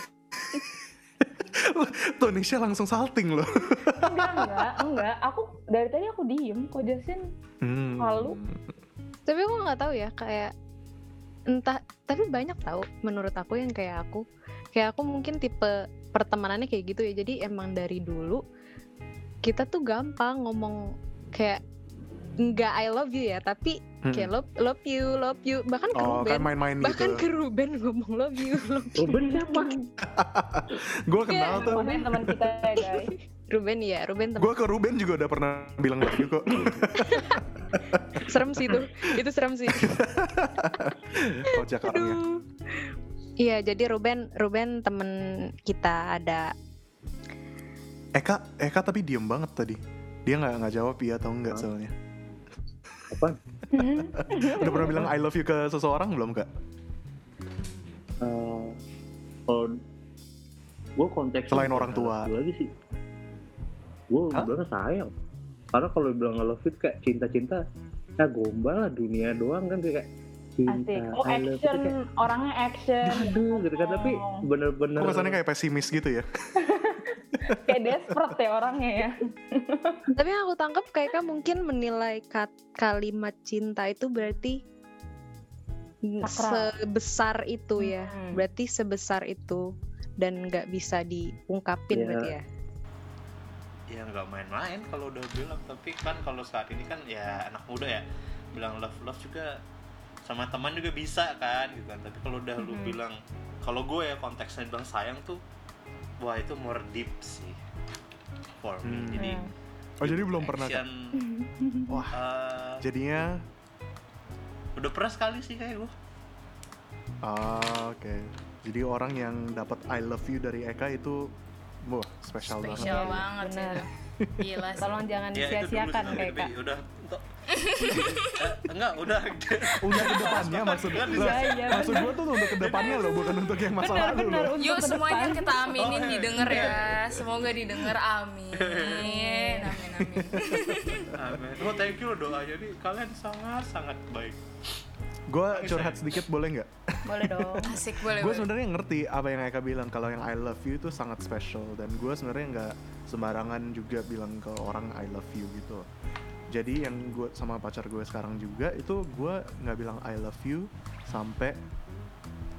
Tuh Nisha langsung salting loh. Enggak, enggak, enggak. Aku dari tadi aku diem, kok Justin Hmm. halu. Tapi aku nggak tahu ya, kayak entah. Tapi banyak tahu menurut aku yang kayak aku, kayak aku mungkin tipe pertemanannya kayak gitu ya. Jadi emang dari dulu kita tuh gampang ngomong kayak nggak I love you ya, tapi kayak love love you, love you. Bahkan ke Oh, kan Ruben, main-main bahkan gitu. ke Ruben ngomong love you, love you. Ruben siapa? Gue kenal tuh. Ruben teman kita ya guys. Ruben ya, Ruben teman. Gue ke Ruben juga udah pernah bilang love you kok. Serem sih itu, itu serem sih. Kocak orangnya. Aduh. Iya, jadi Ruben, Ruben temen kita ada. Eka, Eka tapi diem banget tadi. Dia nggak nggak jawab iya atau enggak soalnya. Apa? Udah pernah bilang I love you ke seseorang belum kak? Uh, kalau gue konteks Selain orang tua. lagi sih, gue Hah? bilang sayang. Karena kalau bilang I love you kayak cinta-cinta, ya gombal lah, dunia doang kan kayak cinta. Asik. Oh, I love you tuh kayak action, orangnya action. aduh gitu kan, tapi bener-bener. Kok kesannya kayak pesimis gitu ya? Kayak desperate ya orangnya ya. Tapi yang aku tangkap kayak kan mungkin menilai kat- kalimat cinta itu berarti Sakral. sebesar itu ya. Hmm. Berarti sebesar itu dan nggak bisa diungkapin Iya. berarti ya. Ya nggak main-main kalau udah bilang, tapi kan kalau saat ini kan ya anak muda ya bilang love love juga sama teman juga bisa kan gitu kan. Tapi kalau udah lu bilang, kalau gue ya konteksnya bilang sayang tuh, wah itu more deep sih for me. Hmm. Jadi Oh jadi belum pernah kak? action, Wah eh, jadinya udah pernah sekali sih kayak gue. ah, oke. Jadi orang yang dapat I love you dari Eka itu wah spesial banget. Spesial banget sih Bener. itu. Gila sih. Tolong jangan Ya, itu dulu disia-siakan sih, kayak tapi Kak. udah untuk Eh, enggak udah Untuk kedepannya maksudnya. Iya, iya, Maksud gue tuh untuk kedepannya loh, bukan untuk yang masa Benar, lalu benar. loh. Untuk Yuk ke semuanya depan. kita aminin Oh, iya. didengar ya. Semoga didengar, amin. Amin, amin. Amin. Oh thank you loh doanya nih, kalian sangat sangat baik. Gue curhat sedikit boleh nggak? Boleh dong. Asik boleh. Gue boleh. sebenarnya ngerti apa yang Eka bilang kalau yang I love you itu sangat special, dan gue sebenarnya nggak sembarangan juga bilang ke orang I love you gitu. Jadi yang gue sama pacar gue sekarang juga itu gue nggak bilang I love you sampai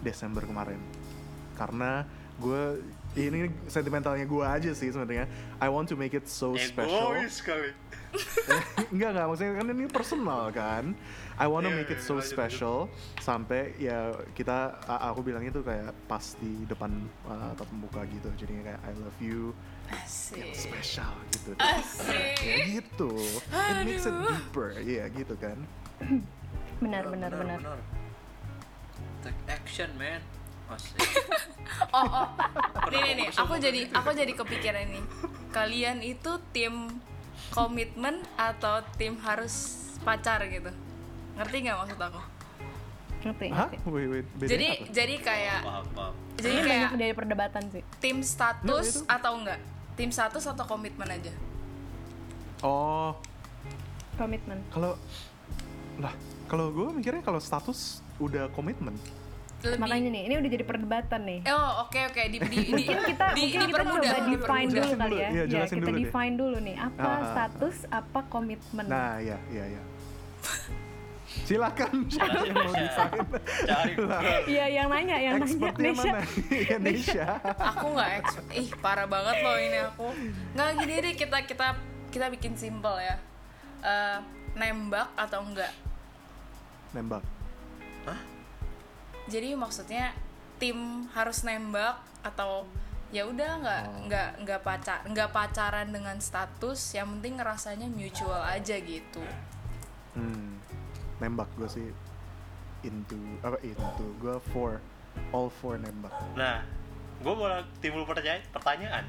Desember kemarin. Karena gue ini sentimentalnya gue aja sih sebenarnya. I want to make it so special. Egois sekali. Enggak enggak maksudnya kan ini personal kan. I want to Iya, make it iya, so lanjut, special sampai ya kita a- aku bilang itu kayak pas di depan uh, tatap muka gitu. Jadinya kayak I love you yang Asik. special gitu. Asik. Ya gitu. It makes it deeper. Iya gitu kan. Benar benar benar. Take action, man. Asik. Oh, oh. Nih, nih, nih. Kenapa Aku bisa jadi ngomong aku jadi kepikiran nih. Kalian itu tim komitmen atau tim harus pacar gitu? Ngerti nggak maksud aku? Ngerti Hah? ngerti. Wait wait. bedanya Jadi apa? jadi kayak Paham, paham. jadi Ini kayak banyak dari perdebatan sih. tim Nggak, status itu- atau enggak? Tim status atau komitmen aja? Oh, Komitmen. kalau lah kalau gue mikirnya kalau status udah komitmen. Lebih. Makanya nih, ini udah jadi perdebatan nih. Oh, oke oke di di di Mungkin kita di, mungkin kita dipermudah, coba define dipermudah. dulu Jelasin kali dulu, ya. iya, Ya, jelasin kita dulu deh. define dulu nih, apa Ah. status, apa komitmen. Nah, ya, ya, ya. Silakan siapa yang mau desain. Cari Iya, yang nanya, yang nanya Expertnya Nesha. mana? Iya, Nesha. Aku nggak eks- ih parah banget loh ini aku. Nggak gini deh kita kita kita bikin simple ya. Eh, nembak atau enggak? Nembak. Jadi maksudnya tim harus nembak atau ya udah nggak Oh. nggak nggak pacar nggak pacaran dengan status, yang penting ngerasanya mutual aja gitu. Hmm. Nembak gue sih into apa into gue for all for nembak. Nah, gue boleh timbul pertanyaan, pertanyaan.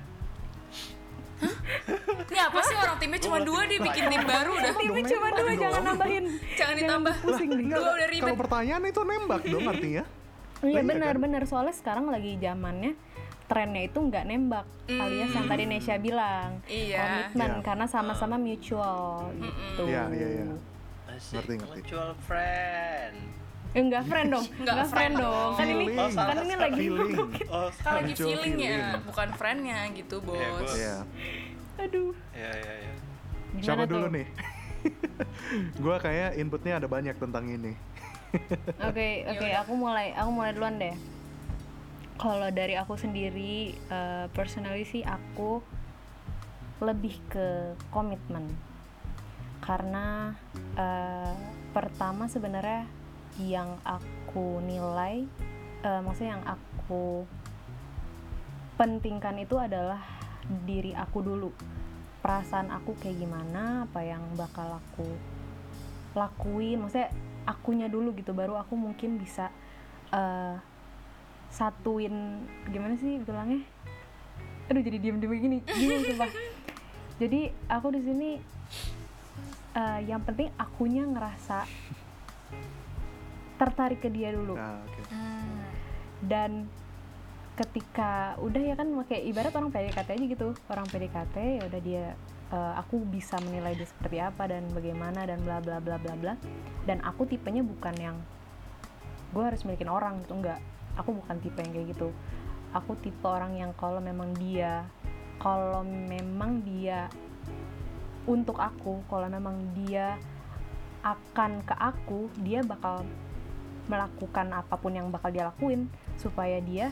Ini apa sih, orang timnya cuma dua, dia bikin tim baru udah. Timnya cuma dua, jangan nambahin. Jangan ditambah. pusing nih. Dua udah ribet. Kalau pertanyaan itu nembak dong artinya. Iya Iya benar-benar, soalnya sekarang lagi zamannya trennya itu nggak nembak, alias yang tadi Nesha bilang Iya. komitmen, Iya. karena sama-sama mutual gitu. Iya, iya, iya. Asik. Ngerti, ngerti. Mutual friend. Eh, enggak friend dong, Nggak enggak friend friend dong. Kan ini Feeling. kan ini lagi Feeling. Oh, Kan lagi Mutual feelingnya, feeling. bukan friendnya gitu bos. Iya, bos. Iya. aduh. ya ya ya. Gimana Siapa tuh? dulu nih? Gue kayak inputnya ada banyak tentang ini. Oke, oke, aku mulai, aku mulai duluan deh. Kalau dari aku sendiri, eh, personally sih aku lebih ke komitmen. Karena eh, pertama sebenarnya yang aku nilai, eh, maksudnya yang aku pentingkan itu adalah diri aku dulu. Perasaan aku kayak gimana, apa yang bakal aku lakuin, maksudnya akunya dulu gitu, baru aku mungkin bisa uh, satuin, gimana sih bilangnya, aduh jadi diem-diem gini gini sumpah. Jadi aku di sini uh, yang penting akunya ngerasa tertarik ke dia dulu, Nah, oke. dan ketika udah ya kan kayak ibarat orang P D K T aja gitu, orang P D K T ya udah dia uh, aku bisa menilai dia seperti apa dan bagaimana dan bla bla bla bla bla. Dan aku tipenya bukan yang gue harus milikin orang gitu, enggak, aku bukan tipe yang kayak gitu. Aku tipe orang yang kalau memang dia kalau memang dia untuk aku, kalau memang dia akan ke aku, dia bakal melakukan apapun yang bakal dia lakuin supaya dia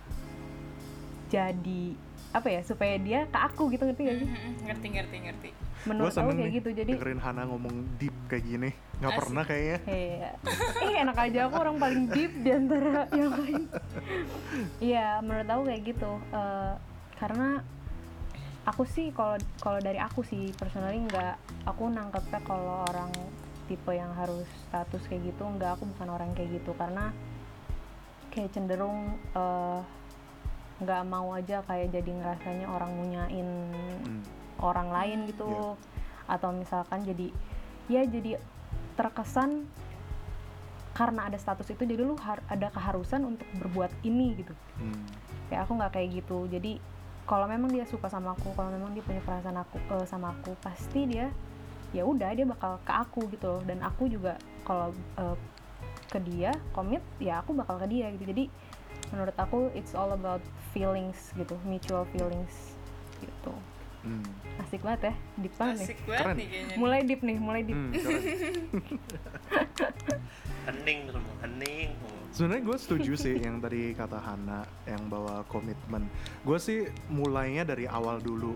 jadi apa ya, supaya dia ke aku gitu, ngerti gak sih? Ngerti ngerti ngerti. Gue Menurut aku seneng kayak nih gitu. Jadi dengerin Hana ngomong deep kayak gini. Nggak Asik. pernah kayaknya. Iya. Eh enak aja, aku orang paling deep di antara yang lain. Iya, menurut aku kayak gitu. Eh, karena aku sih kalau kalau dari aku sih personally nggak, aku nangkepnya kalau orang tipe yang harus status kayak gitu, nggak, aku bukan orang kayak gitu. Karena kayak cenderung eh, nggak mau aja kayak jadi ngerasanya orang ngunyain Hmm. orang lain gitu, atau misalkan jadi ya jadi terkesan karena ada status itu jadi lu har- ada keharusan untuk berbuat ini gitu. Hmm. Kayak aku nggak kayak gitu. Jadi kalau memang dia suka sama aku, kalau memang dia punya perasaan aku eh, sama aku, pasti dia ya udah dia bakal ke aku gitu loh. Dan aku juga kalau eh, ke dia komit, ya aku bakal ke dia gitu. Jadi menurut aku it's all about feelings gitu, mutual feelings gitu. Hmm. Asik banget ya, deep banget nih. Asik banget Keren. nih kayaknya. Mulai deep nih, mulai deep. Hmm, keren. hening semua, hening. Sebenarnya gue setuju sih yang tadi kata Hana yang bawa komitmen. Gue sih mulainya dari awal dulu.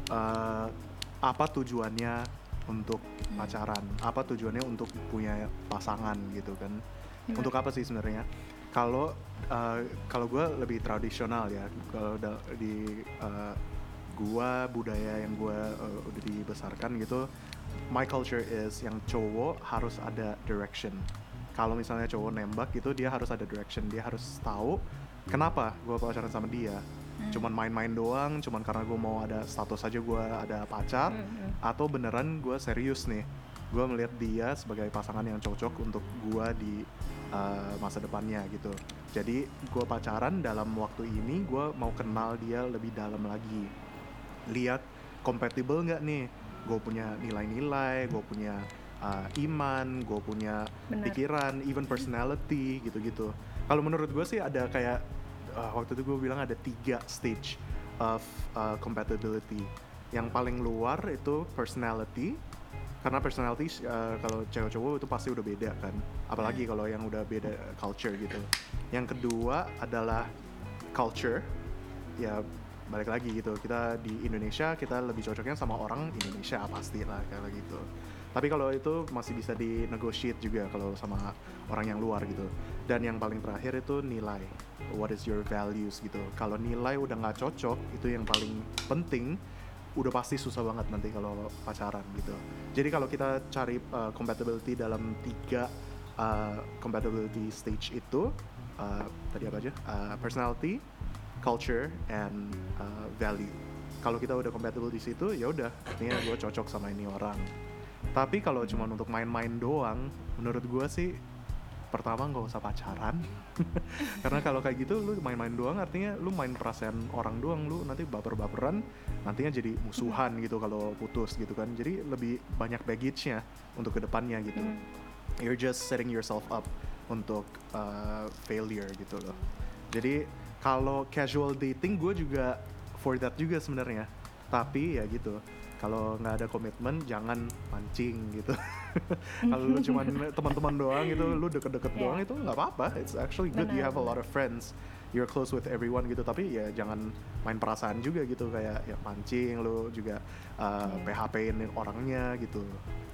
Uh, apa tujuannya untuk pacaran? Apa tujuannya untuk punya pasangan gitu kan? Hmm. Untuk apa sih sebenarnya? Kalau uh, kalau gue lebih tradisional ya. Kalau di uh, gue budaya yang gue uh, udah dibesarkan gitu. My culture is yang cowok harus ada direction. Kalau misalnya cowok nembak gitu, dia harus ada direction. Dia harus tahu kenapa gue pacaran sama dia. Hmm. Cuman main-main doang, cuman karena gue mau ada status aja gue ada pacar, hmm. atau beneran gue serius nih. Gue melihat dia sebagai pasangan yang cocok untuk gue di uh, masa depannya gitu. Jadi gue pacaran dalam waktu ini, gue mau kenal dia lebih dalam lagi. Lihat compatible nggak nih? Gue punya nilai-nilai, gue punya uh, iman, gue punya Bener. pikiran, even personality gitu-gitu. Kalau menurut gue sih ada kayak uh, waktu itu gue bilang ada tiga stage of uh, compatibility. Yang paling luar itu personality, karena personality uh, kalau cewek cowok itu pasti udah beda kan, apalagi kalau yang udah beda culture gitu. Yang kedua adalah culture, ya balik lagi gitu, kita di Indonesia kita lebih cocoknya sama orang Indonesia pasti lah kayak gitu. Tapi kalau itu masih bisa di negotiate juga kalau sama orang yang luar gitu. Dan yang paling terakhir itu nilai, what is your values gitu. Kalau nilai udah nggak cocok, itu yang paling penting, udah pasti susah banget nanti kalau pacaran gitu. Jadi kalau kita cari uh, compatibility dalam tiga uh, compatibility stage itu, uh, tadi apa aja? Uh, personality, culture, and uh, value. Kalau kita udah compatible di situ, ya udah, artinya gue cocok sama ini orang. Tapi kalau cuma untuk main-main doang, menurut gue sih pertama nggak usah pacaran. Karena kalau kayak gitu, lu main-main doang, artinya lu main perasaan orang doang, lu nanti baper-baperan, nantinya jadi musuhan gitu kalau putus gitu kan. Jadi lebih banyak baggage-nya untuk kedepannya gitu. You're just setting yourself up untuk uh, failure gitu loh. Jadi kalau casual dating gue juga for that juga sebenarnya, tapi ya gitu, kalau nggak ada komitmen jangan mancing gitu. Kalau lu cuma teman-teman doang gitu, lu deket-deket yeah. doang itu nggak apa-apa, it's actually good. Benar, you have a lot of friends, you're close with everyone gitu, tapi ya jangan main perasaan juga gitu, kayak ya mancing lu juga uh, yeah. P H P-in orangnya gitu.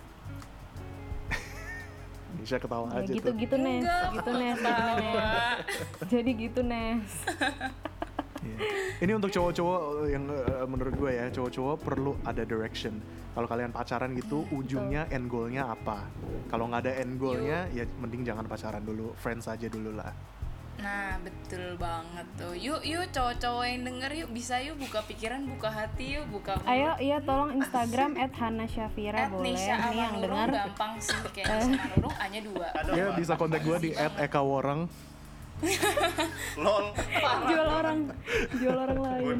Nisha ketawa ya, aja gitu, tuh. Gitu Nes, gitu Nes, gitu Nes. Jadi gitu Nes. Yeah. Ini untuk cowok-cowok yang uh, menurut gue ya, cowok-cowok perlu ada direction. Kalau kalian pacaran gitu, hmm, ujungnya betul. End goal-nya apa? Kalau nggak ada end goal-nya, ya mending jangan pacaran dulu, friends aja dulu lah. Nah, betul banget tuh. Yuk, yuk cowok-cowok yang denger yuk, bisa yuk buka pikiran, buka hati yuk, buka mulut. Ayo, iya tolong Instagram at hana syafira boleh. Nisha nih yang dengar. Gampang sih, kayak Nisha Amanurung hanya dua. Ya bisa kontak gue di at eka worang. Lol. Jual orang, jual orang lain.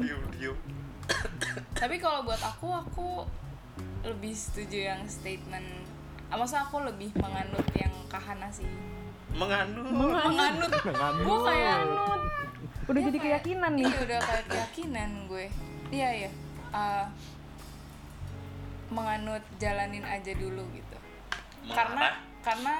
Tapi kalau buat aku, aku lebih setuju yang statement. Maksudnya aku lebih menganut yang Kahana sih. Menganut, menganut, gue kayak udah ya, jadi kayak, keyakinan nih. Iya udah kayak keyakinan gue. Iya ya, uh, menganut jalanin aja dulu gitu. Mengarah. Karena karena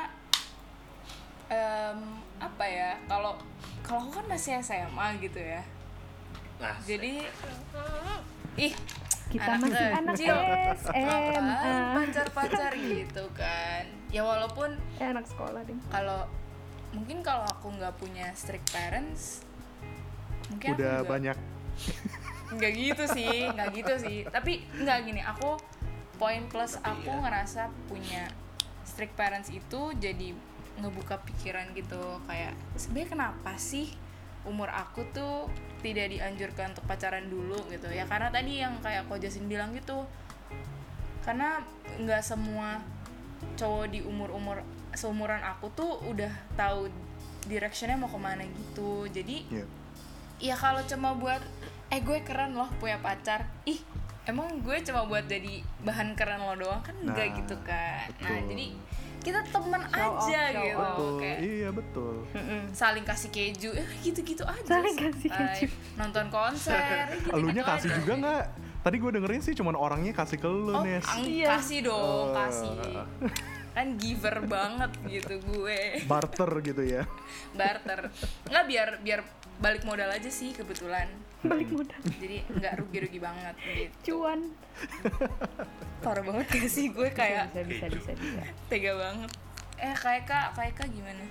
um, apa ya? Kalau kalau aku kan masih S M A gitu ya. Nah, jadi ih kita anak masih anak S M A, pacar-pacar gitu kan. Ya walaupun eh, anak sekolah deh. Kalau mungkin kalau aku nggak punya strict parents, mungkin udah aku banyak. Nggak gitu sih, nggak gitu sih. Tapi nggak gini, aku poin plus aku iya. ngerasa punya strict parents itu jadi ngebuka pikiran gitu, kayak sebenarnya kenapa sih umur aku tuh tidak dianjurkan untuk pacaran dulu gitu ya, karena tadi yang kayak Ko Jasin bilang gitu, karena nggak semua cowok di umur-umur seumuran aku tuh udah tahu directionnya mau kemana gitu. Jadi yeah. ya kalau cuma buat eh gue keren loh punya pacar, ih emang gue cuma buat jadi bahan keren lo doang kan, enggak nah, gitu kan. Betul. Nah jadi kita teman aja off, gitu betul, kayak iya betul, saling kasih keju, eh gitu-gitu aja, saling kasih keju, nonton konser, gitu, elunya kasih aja. Juga nggak? Tadi gue dengerin sih cuman orangnya kasih ke lu, oh, Nes. Ang- iya. Kasih dong, uh. kasih. kan giver banget gitu gue. Barter gitu ya. Barter nggak, biar biar balik modal aja sih kebetulan, Balik modal. jadi nggak rugi-rugi banget gitu. Cuan. Parah banget gak sih gue, kayak Bisa bisa bisa bisa. tega banget. Eh kayak kak kayak kak gimana?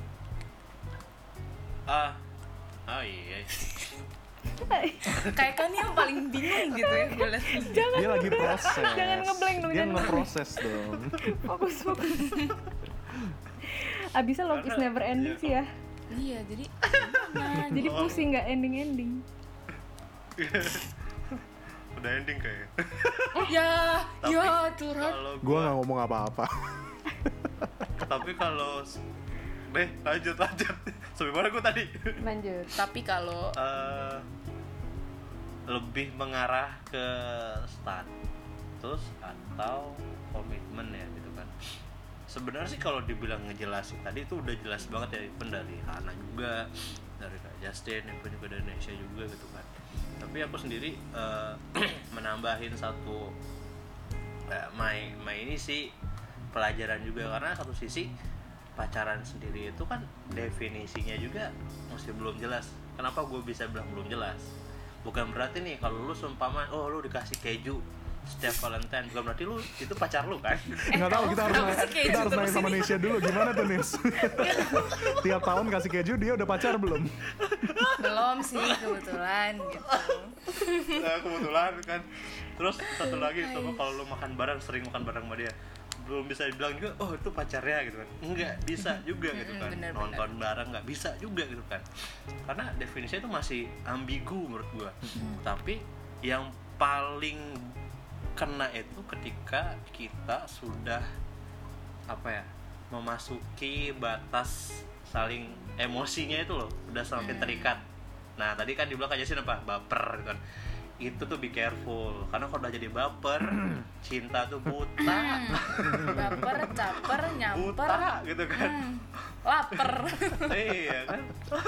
Ah, oh iya. Kayak kan yang paling bingung gitu ya gue liat. Dia lagi proses. Jangan ngeblank dong, Dia jangan ngeproses dong. Fokus fokus. Abisnya love is never ending sih ya. Iya jadi Nah, jadi pusing nggak ending ending. Udah ending kayak. ya Tapi ya curhat. Kalau Gue nggak ngomong apa-apa. tapi kalau deh lanjut lanjut. Sampai mana gue tadi? Lanjut. Tapi kalau Eh, lebih mengarah ke status atau komitmen ya gitu kan. Sebenarnya sih kalau dibilang ngejelasin tadi itu udah jelas banget ya, even dari Hana juga, dari Kak Justin, even juga dari Nesha juga gitu kan. Tapi aku sendiri eh, menambahin satu eh, my my ini sih pelajaran juga, karena satu sisi pacaran sendiri itu kan definisinya juga masih belum jelas. Kenapa gue bisa bilang belum jelas? Bukan berarti nih kalau lu seumpama oh lu dikasih keju setiap Valentine, bukan berarti lu itu pacar lu kan? Nggak tahu, kita harus kenapa nanya, sih keju kita harus nanya terus sama ini? Nesha dulu gimana tuh Nes. Tiap tahun kasih keju, dia udah pacar belum? belum sih kebetulan gitu. Nah, kebetulan kan. Terus satu lagi itu kalau lu makan bareng, sering makan bareng sama dia, belum bisa dibilang juga oh itu pacarnya gitu kan. Enggak bisa juga gitu kan. Bener, bener. Nonton bareng nggak bisa juga gitu kan. Karena definisinya itu masih ambigu menurut gua. Tapi yang paling kena itu ketika kita sudah apa ya, memasuki batas saling emosinya itu loh, udah semakin terikat. Nah tadi kan dibilang aja sih apa, baper gitu kan. Itu tuh be careful, karena kalau udah jadi baper, cinta tuh buta, Baper, caper, nyamper, buta gitu kan. hmm, lapar. Iya kan.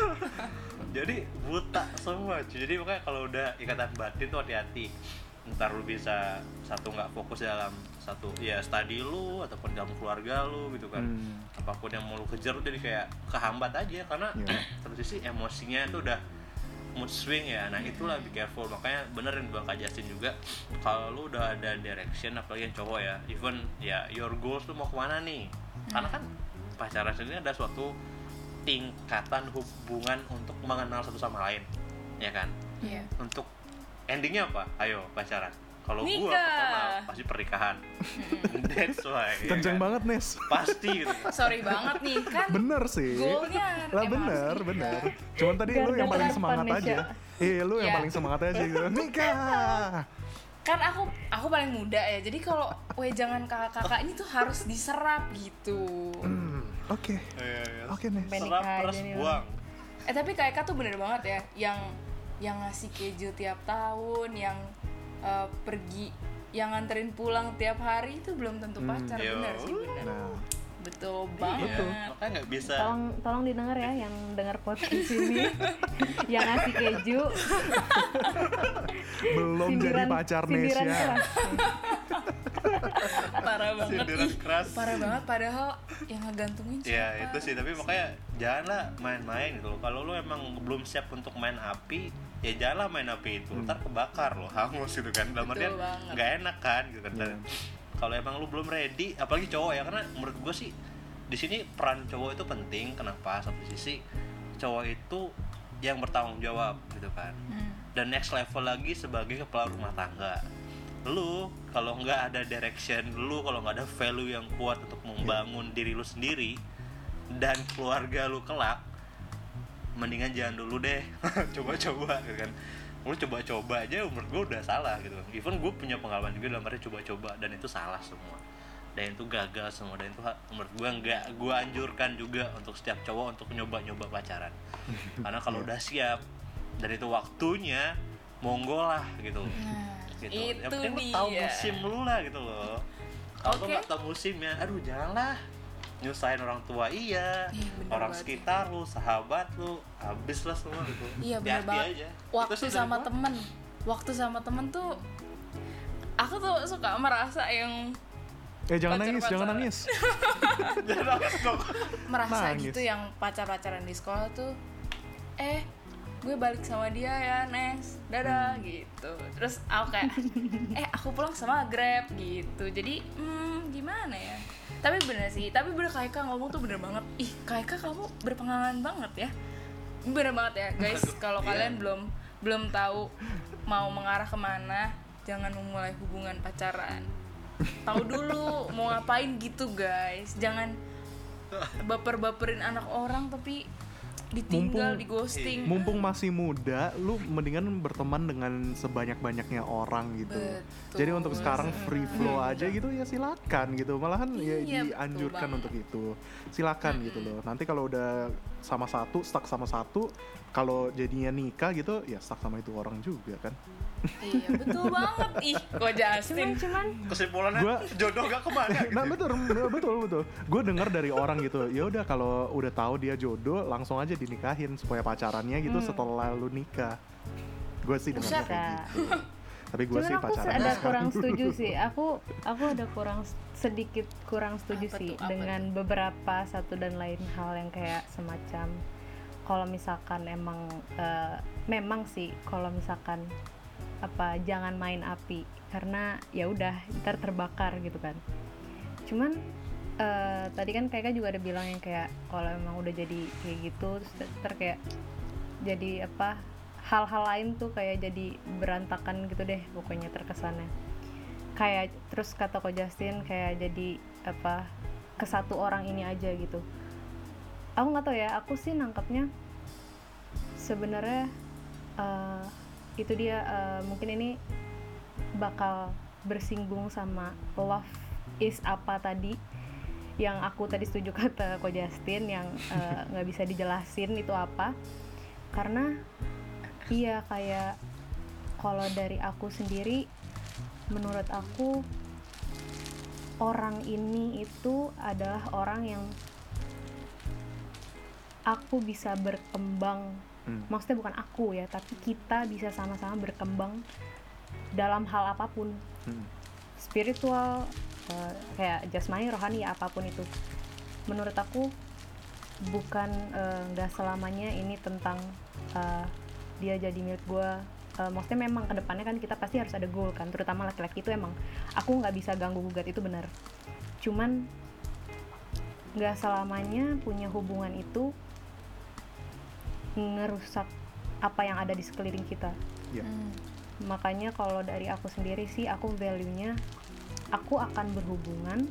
Jadi buta semua cuy. Jadi makanya kalau udah ikatan batin tuh hati-hati. Ntar lu bisa satu nggak fokus dalam satu ya studi lu ataupun dalam keluarga lu gitu kan. Hmm. Apapun yang mau lu kejar lu jadi kayak kehambat aja karena Iya. satu sisi emosinya tuh udah mood swing ya. Nah itulah be careful. Makanya bener yang bilang Kak Justin juga, kalau lu udah ada direction, apalagi yang cowok ya, even ya your goals lu mau kemana nih. Karena kan pacaran sendiri ada suatu tingkatan hubungan untuk mengenal satu sama lain, ya kan. Iya. Untuk endingnya apa? Ayo pacaran. Kalau gua Nikah. pertama pasti pernikahan. That's why. ya Kenceng kan? banget Nes. Pasti gitu. Sorry banget nih kan. Bener sih. Goalnya Lah emang bener, harus bener. Cuman tadi lu Garda yang paling terdepan, semangat Nesha. aja. Iya, lu yang Iya. paling semangat aja gitu. Nikah. Kan aku aku paling muda ya. Jadi kalau wejangan kakak-kakak ini tuh harus diserap gitu. Hmm, Oke. Iya, iya. Oke Nes. Ben- Serap nikah terus aja nih, buang. Eh tapi Kak Eka tuh bener banget ya, yang yang ngasih keju tiap tahun, yang eh, pergi, yang nganterin pulang tiap hari itu belum tentu pacar. Yo. Bener sih, bener. Nah, Betul Iya, banget. makanya nggak bisa. Tolong tolong didengar ya yang dengar podcast ini. Yang ngasih keju. belum jadi pacar sindiran Nesha. keras. Parah banget. Sindiran Ih, keras. parah banget padahal yang ngegantungin siapa? Ya itu sih, tapi makanya janganlah main-main gitu loh. Kalau lu emang belum siap untuk main api, ya janganlah main api itu. Ntar kebakar loh, hangus gitu kan. Dalam Betul artian banget. nggak enak kan gitu kan. Iya. Kalau emang lu belum ready, apalagi cowok ya, karena menurut gue sih di sini peran cowok itu penting. Kenapa? Satu sisi cowok itu yang bertanggung jawab gitu kan. Hmm. Dan next level lagi sebagai kepala rumah tangga. Lu kalau nggak ada direction, lu kalau nggak ada value yang kuat untuk membangun diri lu sendiri dan keluarga lu kelak, mendingan jangan dulu deh. Coba-coba gitu kan. Lu coba-coba aja menurut gue udah salah gitu. Even gue punya pengalaman juga dalam arti coba-coba dan itu salah semua. Dan itu gagal semua, dan itu menurut gue nggak gue anjurkan juga untuk setiap cowok untuk nyoba-nyoba pacaran. Karena kalau udah siap dan itu waktunya, monggo lah gitu. Nah, Gitu. itu Yang penting lu dia. tahu musim lu lah gitu loh. Kalau lu Oke. nggak tahu musimnya, aduh janganlah nyusahin orang tua. Iya, Iya, bener orang banget. sekitar lu, sahabat lu, habis lah semua gitu. Iya bener Hati-hati banget. aja. Waktu Itu sih dari sama gua. temen, waktu sama temen tuh, aku tuh suka merasa yang Eh jangan nangis, Pacar-pacaran. jangan nangis. Jangan nangis dong. merasa Nangis. gitu yang pacar-pacaran di sekolah tuh, eh gue balik sama dia ya next, dadah gitu. Terus aku kayak eh aku pulang sama Grab gitu. Jadi hmm, gimana ya, tapi bener sih, tapi bener Kaika ngomong tuh bener banget. Ih Kaika kamu berpengalaman banget ya, bener banget ya guys. Kalau iya. kalian belum belum tahu mau mengarah kemana, jangan memulai hubungan pacaran. Tahu dulu mau ngapain gitu guys. Jangan baper-baperin anak orang tapi ditinggal, Mumpung- di ghosting. Mumpung masih muda, lu mendingan berteman dengan sebanyak-banyaknya orang gitu. Betul. Jadi untuk sekarang free flow aja gitu ya silakan gitu. Malahan ya Iya, betul dianjurkan banget. untuk itu. Silakan gitu loh. Nanti kalau udah sama satu, stuck sama satu, kalau jadinya nikah gitu ya stuck sama itu orang juga kan. Iya betul banget. Ih kok Justin. cuman Kesimpulannya Gua- jodoh gak kemana gitu. Nah betul betul betul. Gue dengar dari orang gitu. Ya udah kalau udah tahu dia jodoh langsung aja dinikahin supaya pacarannya gitu setelah lu nikah. Gue sih dengarnya Buset. kayak gitu. Tapi gue cuman sih aku pacaran ada sekarang kurang dulu. setuju sih. Aku aku ada kurang sedikit kurang setuju Apa sih tuh, apa dengan beberapa satu dan lain hal yang kayak semacam kalau misalkan emang eh, memang sih kalau misalkan apa jangan main api karena ya udah ntar terbakar gitu kan. Cuman eh, tadi kan Kaika juga ada bilang yang kayak kalau emang udah jadi kayak gitu terus ntar kayak jadi apa hal-hal lain tuh kayak jadi berantakan gitu deh pokoknya terkesannya. Kayak terus kata Ko Justin kayak jadi apa ke satu orang ini aja gitu. Aku nggak tahu ya, aku sih nangkapnya sebenarnya eh, itu dia eh, mungkin ini bakal bersinggung sama love is apa tadi yang aku tadi setuju kata Ko Justin yang eh, nggak bisa dijelasin itu apa. Karena iya kayak kalau dari aku sendiri menurut aku orang ini itu adalah orang yang aku bisa berkembang. Hmm. Maksudnya bukan aku ya, tapi kita bisa sama-sama berkembang dalam hal apapun, Hmm. spiritual, eh, kayak jasmani, rohani, ya apapun itu. Menurut aku bukan eh, nggak selamanya ini tentang eh, dia jadi milik gue. Eh, maksudnya memang kedepannya kan kita pasti harus ada goal kan, terutama laki-laki itu emang aku nggak bisa ganggu gugat itu benar. Cuman nggak selamanya punya hubungan itu ngerusak apa yang ada di sekeliling kita. Ya. Hmm. Makanya kalau dari aku sendiri sih aku value-nya aku akan berhubungan,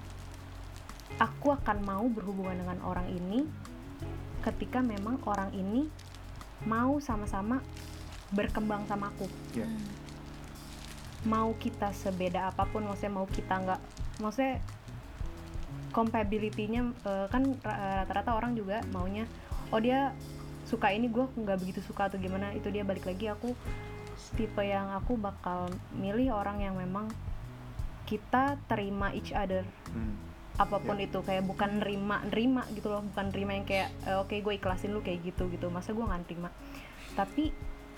aku akan mau berhubungan dengan orang ini ketika memang orang ini mau sama-sama berkembang sama aku. Ya. Mau kita sebeda apapun, maksudnya mau kita nggak, maksudnya compatibility-nya eh, kan ra- rata-rata orang juga maunya oh dia suka ini gue nggak begitu suka atau gimana. Itu dia balik lagi, aku tipe yang aku bakal milih orang yang memang kita terima each other Hmm. apapun itu, kayak bukan nerima nerima gitu loh, bukan nerima yang kayak e, oke gue ikhlasin lu kayak gitu gitu, masa gue nggak nerima, tapi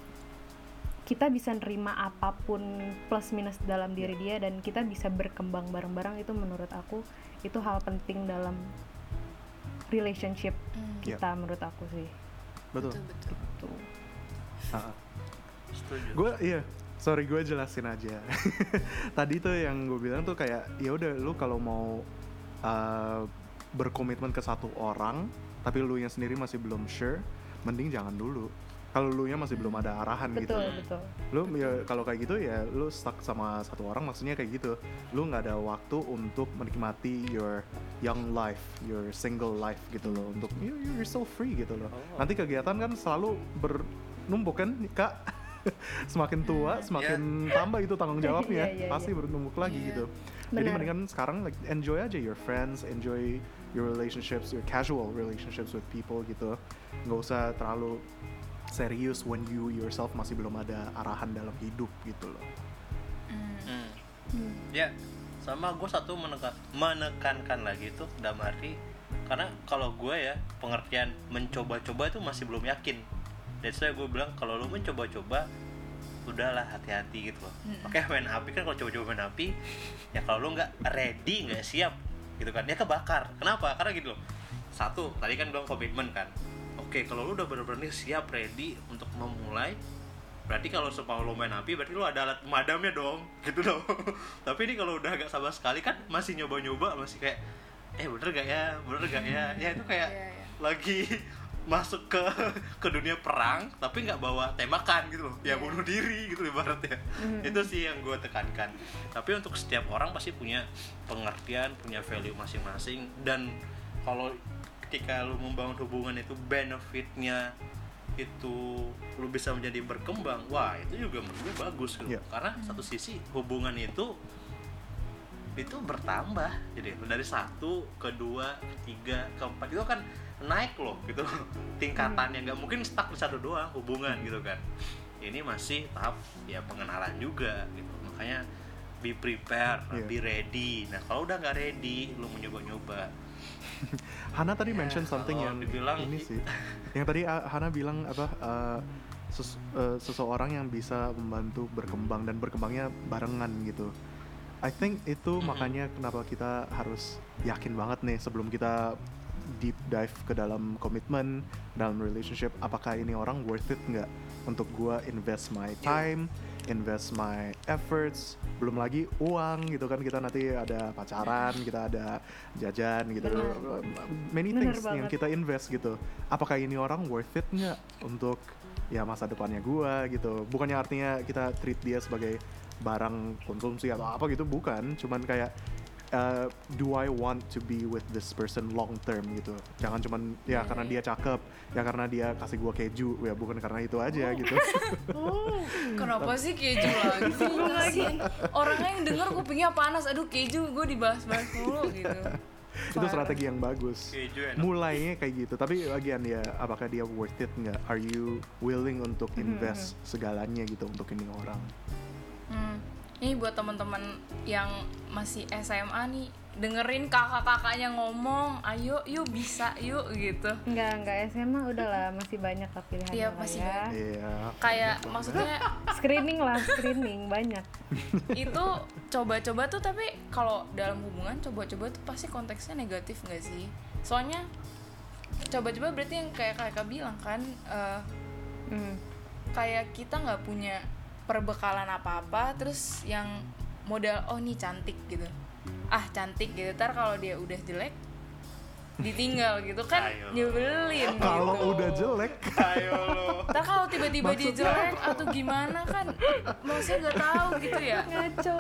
kita bisa nerima apapun plus minus dalam diri dia dan kita bisa berkembang bareng-bareng. Itu menurut aku itu hal penting dalam relationship Hmm. kita, menurut aku sih. Betul. Betul betul. Tuh. Ah. Setuju. Gue iya, sorry gue jelasin aja. Tadi tuh yang gue bilang tuh kayak ya udah lu kalau mau uh, berkomitmen ke satu orang, tapi lu yang sendiri masih belum sure, mending jangan dulu. Kalau lu nya masih belum ada arahan gitu. Betul betul. Lu ya kalau kayak gitu ya lu stuck sama satu orang, maksudnya kayak gitu. Lu nggak ada waktu untuk menikmati your young life, your single life gitu loh. Untuk you, you're so free gitu loh. Oh. Nanti kegiatan kan selalu bernumpuk kan, Kak. Semakin tua, semakin tambah itu tanggung jawabnya. Iya, iya, Pasti iya. bernumpuk lagi Iya. gitu. Jadi Benar. mendingan sekarang like enjoy aja your friends, enjoy your relationships, your casual relationships with people gitu. Nggak usah terlalu serius when you yourself masih belum ada arahan dalam hidup gitu loh. Hmm. Hmm. Ya, sama gue satu menekan, menekankan lagi tuh dalam arti karena kalau gue ya pengertian mencoba-coba itu masih belum yakin. That's why gue bilang kalau lo mencoba-coba udahlah hati-hati gitu loh. Mm-mm. Makanya main api kan, kalau coba-coba main api ya kalau lu nggak ready, nggak siap gitu kan, dia kebakar. Kenapa? Karena gitu loh, satu tadi kan bilang komitmen kan. Oke, kalau lu udah bener-bener siap ready untuk memulai, berarti kalau supaya lo main api berarti lo ada alat pemadamnya dong gitu loh. Tapi ini kalau udah agak sama sekali kan masih nyoba-nyoba, masih kayak eh bener gak ya, bener gak ya, ya itu kayak Iya, iya. lagi masuk ke ke dunia perang tapi nggak bawa tembakan gitu loh, ya Iya. bunuh diri gitu ibaratnya. Itu sih yang gue tekankan. Tapi untuk setiap orang pasti punya pengertian, punya value masing-masing, dan kalau ketika lu membangun hubungan itu benefitnya itu lu bisa menjadi berkembang, wah itu juga menurut gue bagus gitu. Yeah. Karena satu sisi hubungan itu itu bertambah, jadi dari satu ke dua, ketiga, keempat itu kan naik loh gitu tingkatannya, nggak mungkin stuck di satu doang hubungan gitu kan. Ini masih tahap ya pengenalan juga gitu, makanya be prepared, Yeah. be ready. Nah kalau udah nggak ready, lu mau nyoba-nyoba. Hana tadi Ya, mention something kalau yang dibilang ini i- sih. Yang tadi uh, Hana bilang apa uh, ses- uh, seseorang yang bisa membantu berkembang dan berkembangnya barengan gitu. I think itu Mm-mm. makanya kenapa kita harus yakin banget nih sebelum kita deep dive ke dalam komitmen, dalam relationship, apakah ini orang worth it nggak untuk gua invest my time, invest my efforts, belum lagi uang gitu kan, kita nanti ada pacaran, kita ada jajan gitu, Benar. many Benar things yang banget. kita invest gitu. Apakah ini orang worth it nggak untuk ya masa depannya gua gitu? Bukannya artinya kita treat dia sebagai barang konsumsi atau apa gitu, bukan, cuman kayak uh, do I want to be with this person long term gitu. Jangan cuman ya karena dia cakep, ya karena dia kasih gua keju, ya bukan karena itu aja gitu. Kenapa sih keju lagi sih? Kasian. Orangnya yang denger kupingnya panas, aduh keju gue dibahas-bahas mulu gitu. Itu strategi yang bagus. Keju enak. Mulainya kayak gitu, tapi bagian ya apakah dia worth it nggak? Are you willing untuk invest segalanya gitu untuk ini orang? Hmm. Ini buat teman-teman yang masih S M A nih, dengerin kakak-kakaknya ngomong, ayo yuk bisa yuk gitu. Enggak, enggak S M A udahlah, masih banyak lah pilihannya Iya, lah masih ya. banyak. Iya. Kayak maksudnya Screening lah, screening banyak. itu coba-coba tuh, tapi kalau dalam hubungan coba-coba tuh pasti konteksnya negatif nggak sih? Soalnya coba-coba berarti yang kayak kakak bilang kan, eh, Hmm. kayak kita nggak punya perbekalan apa-apa, terus yang modal oh nih cantik gitu, ah cantik gitu, ntar kalau dia udah jelek ditinggal gitu kan, Ayo. nyebelin gitu. Kalau udah jelek, Ayo lo. Ntar kalau tiba-tiba dia Maksudnya jelek atau gimana kan, maksudnya nggak tahu gitu ya. Ngaco.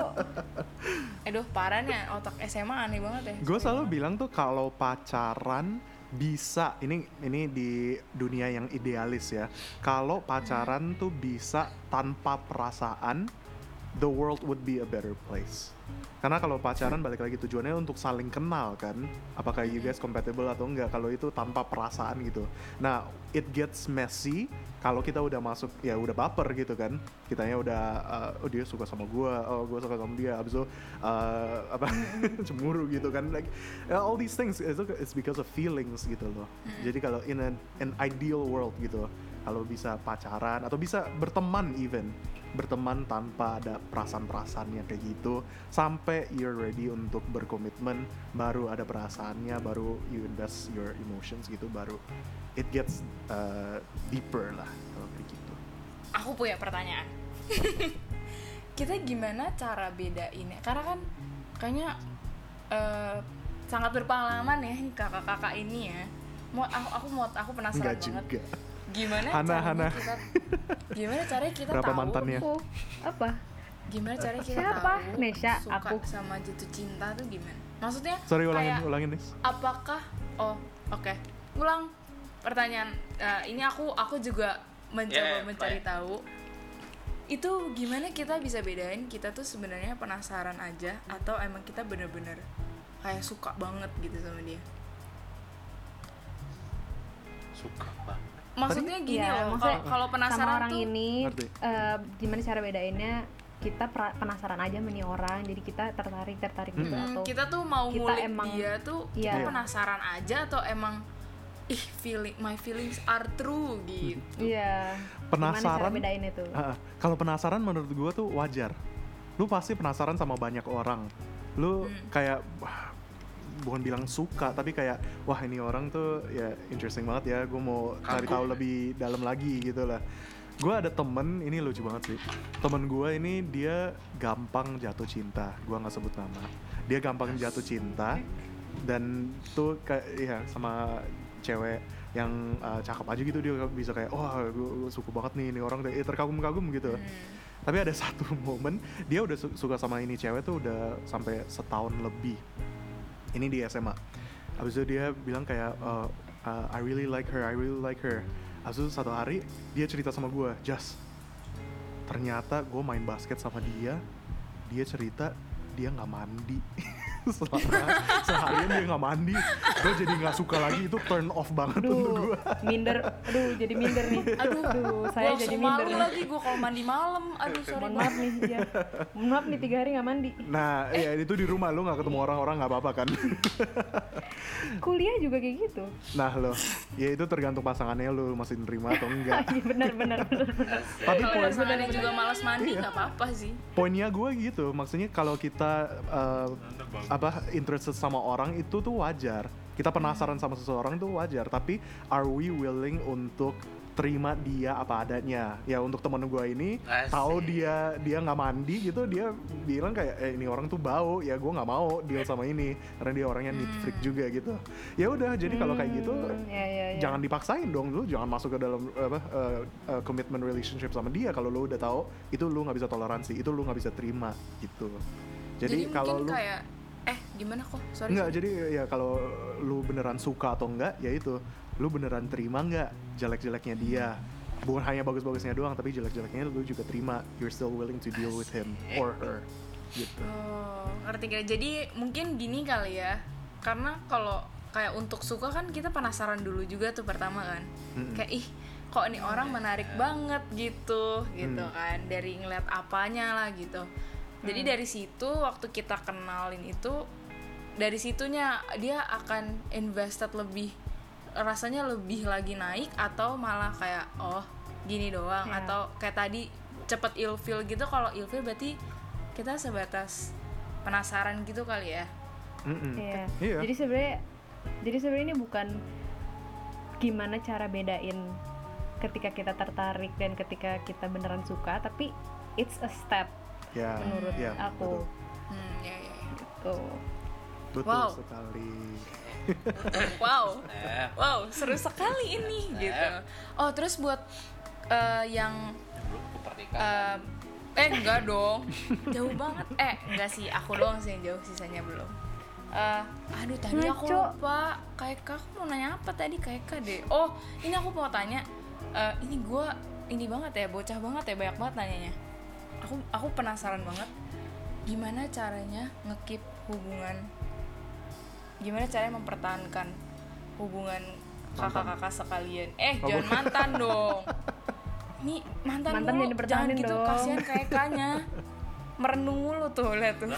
Aduh parah nih, otak S M A aneh banget ya. gue selalu bilang tuh kalau pacaran bisa, ini ini di dunia yang idealis ya. Kalau pacaran tuh bisa tanpa perasaan, the world would be a better place. Karena kalau pacaran balik lagi tujuannya untuk saling kenal kan, apakah you guys compatible atau enggak. Kalau itu tanpa perasaan gitu, nah it gets messy kalau kita udah masuk ya udah baper gitu kan, kitanya udah uh, oh dia suka sama gua, oh gua suka sama dia, abis itu uh, apa cemburu gitu kan, like uh, all these things itu it's because of feelings gitu loh. Jadi kalau in an, an ideal world gitu, kalau bisa pacaran atau bisa berteman, even berteman tanpa ada perasaan-perasaannya kayak gitu, sampai you're ready untuk berkomitmen, baru ada perasaannya, baru you invest your emotions gitu, baru it gets uh, deeper lah kalau kayak gitu. Aku punya pertanyaan. Kita gimana cara bedainnya? Karena kan kayaknya eh, sangat berpengalaman ya kakak-kakak ini ya. Mau aku aku mau aku penasaran Enggak banget. juga. Gimana Hana, caranya Hana. kita gimana caranya kita Berapa tahu mantannya? Oh, apa? gimana caranya kita Siapa? tahu Nesha, suka aku. sama jatuh cinta tuh gimana? Maksudnya Sorry, ulangin, kayak ulangin nih. apakah oh oke ulang pertanyaan. Eh, ini aku aku juga mencoba Yeah, mencari fine. tahu itu gimana kita bisa bedain kita tuh sebenarnya penasaran aja atau emang kita bener-bener kayak suka banget gitu sama dia. Suka banget. Maksudnya gini Iya, loh, maksudnya kalau kalau penasaran sama orang tuh ini Ngerti. eh, gimana cara bedainnya? Kita pra- penasaran aja sama nih orang, jadi kita tertarik tertarik gitu hmm, atau kita tuh mau kita ngulik emang- dia tuh iya. kita penasaran aja atau emang ih feeling my feelings are true gitu. Iya. Penasaran? Gimana cara bedain itu? Uh, kalau penasaran menurut gue tuh wajar. Lu pasti penasaran sama banyak orang. Lu Hmm. kayak wah, bukan bilang suka tapi kayak wah ini orang tuh ya interesting banget ya. Gue mau cari Kagum. tahu lebih dalam lagi gitu lah. Gue ada temen, ini lucu banget sih. Temen gue ini dia gampang jatuh cinta. Gue nggak sebut nama. Dia gampang jatuh cinta dan tuh kayak ya sama cewek yang uh, cakep aja gitu, dia bisa kayak wah gue suka banget nih ini orang, eh, terkagum-kagum gitu. Hmm. Tapi ada satu momen dia udah su- suka sama ini cewek tuh udah sampai setahun lebih. Ini di S M A. Habis itu dia bilang kayak uh, uh, I really like her, I really like her. Habis itu satu hari dia cerita sama gue, Jas, ternyata gue main basket sama dia, dia cerita dia nggak mandi. Selama seharian dia nggak mandi, gue jadi nggak suka lagi. Itu turn off banget untuk Aduh, gue. minder. Aduh, jadi minder nih. Aduh, Aduh, saya Gua jadi langsung minder malu nih. lagi gue kalau mandi malam. Aduh sorry Mohon banget. maaf nih, ya. Mohon maaf nih tiga hari nggak mandi. Nah, ya itu di rumah lu nggak ketemu orang-orang nggak apa-apa kan? Kuliah juga kayak gitu. Nah lo, ya itu tergantung pasangannya lu masih nerima atau enggak. Iya benar benar benar benar. Tapi Kalau poin pasangannya juga malas mandi Iya. nggak apa-apa sih. poinnya gue gitu, maksudnya kalau kita uh, apa interested sama orang itu tuh wajar. Kita penasaran sama seseorang tuh wajar, tapi are we willing untuk terima dia apa adanya? Ya untuk temen gue ini Asik. tahu dia dia nggak mandi gitu, dia bilang kayak eh, ini orang tuh bau, ya gue nggak mau deal sama ini karena dia orangnya neat freak juga gitu. Ya udah, jadi kalau kayak gitu Hmm, ya, ya, ya. jangan dipaksain dong, lu jangan masuk ke dalam apa uh, uh, commitment relationship sama dia kalau lu udah tahu itu lu nggak bisa toleransi, itu lu nggak bisa terima gitu. Jadi, Jadi kalau mungkin lu kayak eh gimana kok? Sorry. nggak, sorry. jadi ya kalau lu beneran suka atau enggak, ya itu lu beneran terima nggak jelek-jeleknya dia, bukan hanya bagus-bagusnya doang tapi jelek-jeleknya lu juga terima, you're still willing to deal with him or her gitu. Oh, ngerti kira. Jadi mungkin gini kali ya. Karena kalau kayak untuk suka kan kita penasaran dulu juga tuh pertama kan. Mm-mm. Kayak ih, kok ini orang menarik banget gitu, gitu Hmm. kan. Dari ngeliat apanya lah gitu. Jadi dari situ waktu kita kenalin itu, dari situnya dia akan invested lebih, rasanya lebih lagi naik atau malah kayak oh gini doang, Ya. atau kayak tadi cepet ilfeel gitu. Kalau ilfeel berarti kita sebatas penasaran gitu kali ya. Mm-mm. Iya. Iya. Jadi sebenarnya jadi sebenarnya ini bukan gimana cara bedain ketika kita tertarik dan ketika kita beneran suka, tapi it's a step Ya, menurut ya, aku. betul. Hmm, ya, ya, ya. Gitu. Betul Wow. sekali. Wow, Eh, wow, seru sekali ini gitu. Oh, terus buat eh, yang belum ke pernikahan. eh, eh enggak dong, jauh banget. Eh enggak sih, aku doang sih yang jauh, sisanya belum. Eh, aduh tadi aku Ngaco. lupa. Kayak aku mau nanya apa tadi, kayak deh. Oh, ini aku mau tanya. Eh, ini gue ini banget ya, bocah banget ya, banyak banget nanyanya. Aku aku penasaran banget. Gimana caranya nge-keep hubungan? Gimana caranya mempertahankan hubungan kakak-kakak sekalian? Eh, Oh, jangan bukan. mantan dong. Ini mantan, Mantan mulu, jangan jangan dipertahanin gitu, dong. kasihan kayak kanya. Merenung mulu tuh, lihat tuh.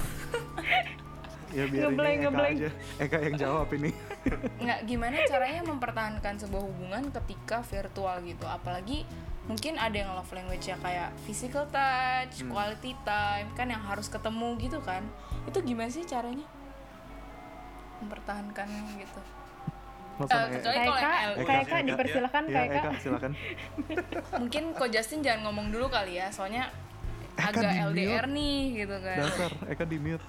Ya biar Ngeblank, ini Eka ngeblank. aja, Eka yang jawab ini. Nggak, gimana caranya mempertahankan sebuah hubungan ketika virtual gitu, apalagi mungkin ada yang love language-nya kayak physical touch, Hmm. quality time, kan yang harus ketemu gitu kan. Itu gimana sih caranya mempertahankan gitu? Masa Eh, nanya- kecuali Kayak kalau yang Kak, L- Eka, kayak Kak Eka, dipersilakan ya, kayak Kak. Eka silakan. mungkin Ko Justin jangan ngomong dulu kali ya, soalnya Eka agak di L D R mute. nih gitu kan. Dasar, Eka di mute.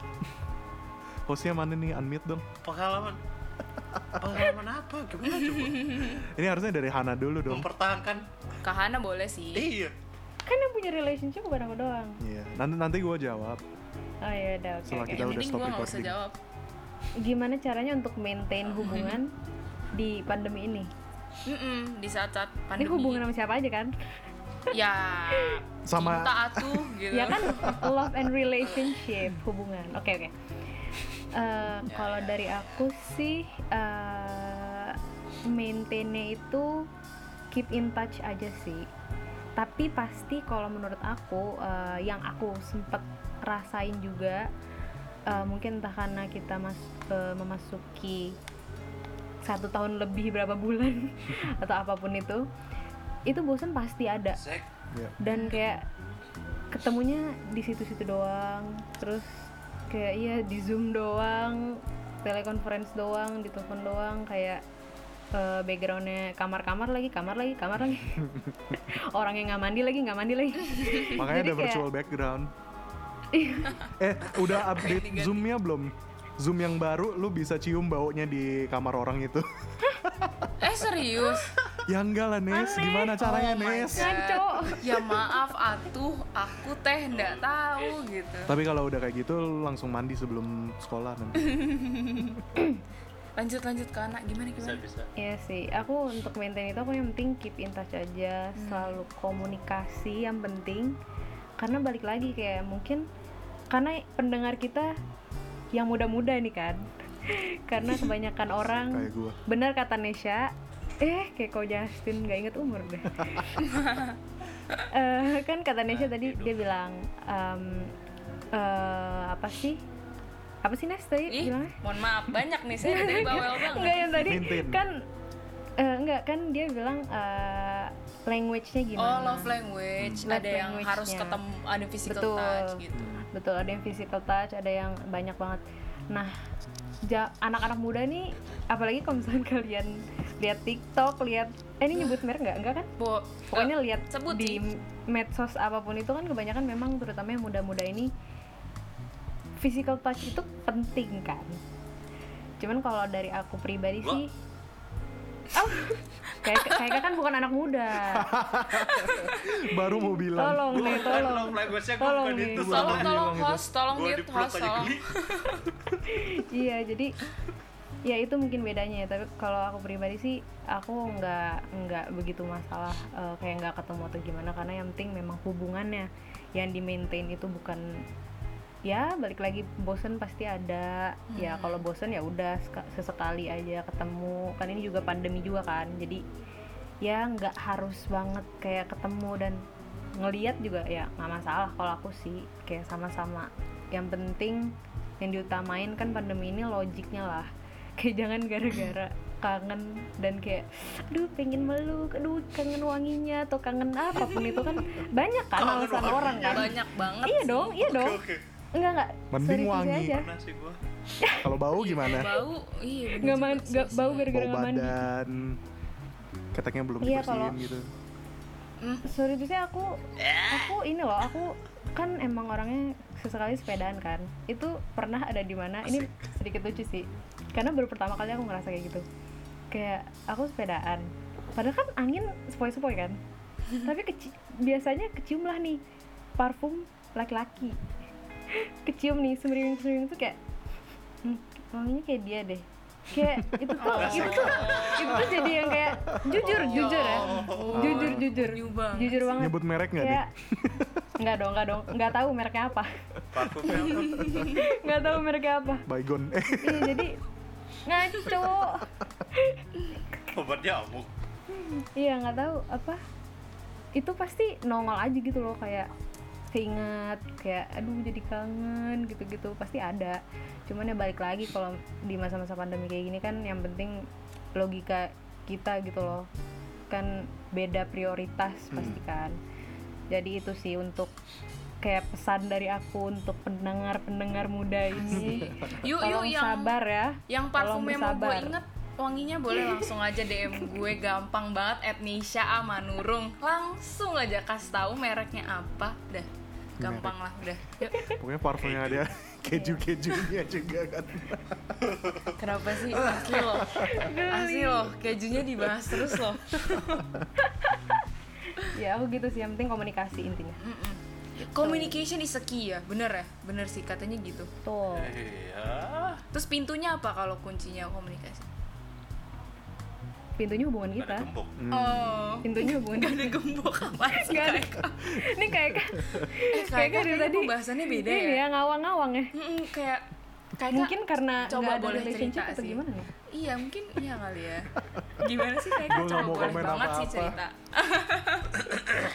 Hostnya mana nih, unmute dong. Pengalaman. Pengalaman apa? Gimana coba? Ini harusnya dari Hana dulu dong. Mempertahankan. Kahana boleh sih. Iya. Kan yang punya relationship bukan aku doang. Iya, nanti nanti gue jawab. Oh iya udah oke. Setelah oke. kita Yang udah penting stop gue nggak usah recording. jawab. Gimana caranya untuk maintain hubungan di pandemi ini? Mm-mm, di saat-saat Ini pandemi. hubungan sama siapa aja kan? Ya Sama- cinta atuh gitu. Ya kan love and relationship hubungan. Oke oke. Eh, kalau dari aku sih eh, maintainnya itu keep in touch aja sih. Tapi pasti kalau menurut aku eh, yang aku sempet rasain juga eh, mungkin entah karena kita mas eh, memasuki satu tahun lebih berapa bulan atau apapun itu, itu bosan pasti ada. Sek. Ya. Dan kayak ketemunya di situ-situ doang, terus kayak iya di Zoom doang, telekonferensi doang, di telepon doang, kayak uh, backgroundnya kamar-kamar lagi, kamar lagi, kamar lagi. Orang yang nggak mandi lagi, nggak mandi lagi. Makanya Jadi ada kayak- virtual background. eh, udah update Zoom-nya belum? Zoom yang baru lu bisa cium baunya di kamar orang itu. Eh serius? Ya enggak lah Nes, gimana caranya Oh my Nes? God. Ngaco. Ya maaf atuh, aku teh nggak tahu gitu. Tapi kalau udah kayak gitu lu langsung mandi sebelum sekolah nanti. Lanjut lanjut ke anak gimana Bisa gimana? bisa. Iya sih, aku untuk maintain itu aku yang penting keep in touch aja, selalu komunikasi yang penting. Karena balik lagi kayak mungkin karena pendengar kita yang muda-muda nih kan. Karena kebanyakan orang Kayak gua. benar kata Nesha, eh kayak kau Justin nggak inget umur deh. Eh, kan kata Nesha tadi dia bilang em, eh, apa sih? Apa sih Nes tadi Ih, bilangnya? mohon maaf banyak nih saya dari bawel banget. Enggak yang tadi Maintain. kan eh, enggak kan dia bilang eh, language-nya gimana? Oh, love language. Love Ada yang language-nya. harus ketemu, ada physical Betul. touch gitu. Betul, ada yang physical touch, ada yang banyak banget. Nah, ja- anak-anak muda nih, apalagi kalau misalnya kalian lihat TikTok, lihat, eh ini nyebut merek nggak? Enggak kan? Bo, Pokoknya lihat sebut di sih. medsos apapun itu kan kebanyakan memang terutama yang muda-muda ini physical touch itu penting kan. Cuman kalau dari aku pribadi Gua- sih, oh, kayak kayak kan bukan anak muda. Baru mau bilang. Tolong Gua nih, bukan tolong. love language-nya, gua Tolong bukan nih. itu. Gua tolong baru tolong bilang itu. host, tolong Gua mute di-plug host, aja tolong. geli. Iya, jadi ya itu mungkin bedanya ya. Tapi kalau aku pribadi sih, aku nggak nggak begitu masalah eh, kayak nggak ketemu atau gimana, karena yang penting memang hubungannya yang di maintain itu bukan, ya balik lagi bosen pasti ada. Ya kalau bosen ya udah seka- sesekali aja ketemu, kan ini juga pandemi juga kan, jadi ya nggak harus banget kayak ketemu, dan ngelihat juga ya nggak masalah kalau aku sih, kayak sama-sama. Yang penting yang diutamain kan pandemi ini logiknya lah, kayak jangan gara-gara kangen dan kayak aduh pengen meluk, aduh kangen wanginya atau kangen apapun itu kan banyak kan Kangen alasan wanginya. orang kan. Banyak banget. Iya sih. dong, iya Oke dong. oke. Enggak enggak. Mending serius wangi. aja. Pernah sih gua. Kalau bau gimana? Bau, iya bener Nggak juga man- sih, nggak bau sih. gara-gara Bau nggak mandi. badan. Keteknya belum Iya, dibersihin kalau- gitu. Sorry itu sih aku aku ini loh, aku kan emang orangnya sesekali sepedaan kan. Itu pernah ada di mana, ini sedikit lucu sih. Karena baru pertama kali aku ngerasa kayak gitu. Kayak aku sepedaan. Padahal kan angin sepoi-sepoi kan. Tapi keci- biasanya kecium lah nih parfum laki-laki. Kecium nih semeriwing-semeriwing tuh kayak hmm, wanginya kayak dia deh. Kayak itu tuh itu tuh itu tuh jadi yang kayak jujur jujur ya. Jujur jujur. New banget. Jujur banget. Nyebut merek nggak nih? Kayak nggak dong, nggak dong, nggak tahu mereknya apa. Parfumnya apa? Nggak tahu mereknya apa. Baygon. Eh, Iya, jadi ngaco. Obat nyamuk. Iya, nggak tahu apa. Itu pasti nongol aja gitu loh, kayak keinget, kayak aduh jadi kangen gitu-gitu, pasti ada. Cuman ya balik lagi kalau di masa-masa pandemi kayak gini kan yang penting logika kita gitu loh. Kan beda prioritas pasti kan. Jadi itu sih untuk kayak pesan dari aku untuk pendengar-pendengar muda ini. Yuk yuk Tolong yang sabar ya. yang Tolong parfum yang mau gue bersabar. inget wanginya boleh langsung aja D M gue, gampang banget at Nisha Amanurung, langsung aja kasih tahu mereknya apa, udah gampang lah udah. Yuk. pokoknya parfumnya ada keju-kejunya juga kan. Kenapa sih, asli loh, asli loh, kejunya dibahas terus loh. Ya aku gitu sih, yang penting komunikasi intinya. Mm-mm. Communication is a key ya, bener ya, bener sih katanya gitu. Tuh. Iya. Terus pintunya apa kalau kuncinya komunikasi? Pintunya hubungan Ada kita. gembok. Oh, Pintunya hubungan gak kita. ada gembok apa sih? Nggak ada. Kayak- Ini kayak Eh, kayak kayaknya dari kayaknya tadi pembahasannya beda ini ya. ya ngawang-ngawang ya. Mm-mm, kayak kayak Mungkin karena coba nggak ada boleh relationship cerita atau sih. gimana nih? Iya mungkin iya kali ya. Gimana sih kayak Gua nggak coba mau boleh komen banget sih apa-apa. cerita.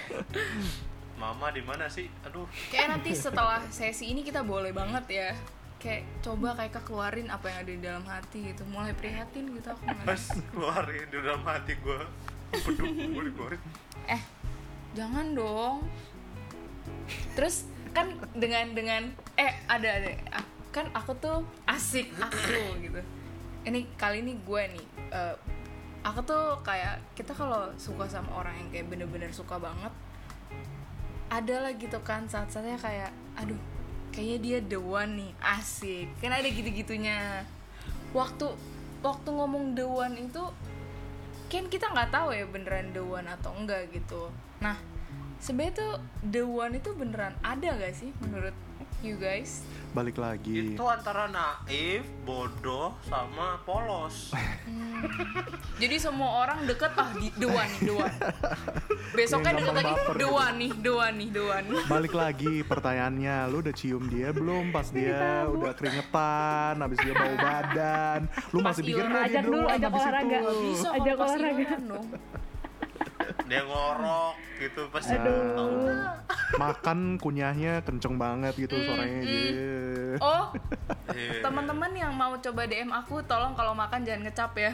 Mama di mana sih? Aduh. Kayak nanti setelah sesi ini kita boleh banget ya kayak coba kayak keluarin apa yang ada di dalam hati gitu, mulai prihatin gitu aku ngeliat. Pas keluarin di dalam hati gue beduk gue dikeluarin. Eh jangan dong. Terus kan dengan dengan eh ada ada kan aku tuh asik aku gitu. Ini kali ini gue nih uh, aku tuh kayak kita kalau suka sama orang yang kayak bener-bener suka banget, ada lah gitu kan saat-saatnya kayak aduh kayaknya dia the one nih, asik kan ada gitu-gitunya. Waktu waktu ngomong the one itu kan kita nggak tahu ya beneran the one atau enggak gitu. Nah sebenarnya tuh the one itu beneran ada gak sih menurut you guys? Balik lagi. Itu antara naif, bodoh, sama polos. Hmm. Jadi semua orang deket ah di the one nih, the one. Besoknya Yang deket gampang lagi baper the gitu. one nih, the one nih, the one. Balik lagi pertanyaannya, lu udah cium dia belum pas dia udah keringetan, habis dia bau badan, lu Pas masih pikir iuran. nggak dia Ajak dulu, doang ajak habis olahraga. itu? Gak bisa Ajak kalau pas olahraga. iuran dong. Dia ngorok gitu pasti. Aduh. Makan kunyahnya kenceng banget gitu suaranya. Yeah. Oh, Iya. teman-teman yang mau coba D M aku, tolong kalau makan jangan ngecap ya.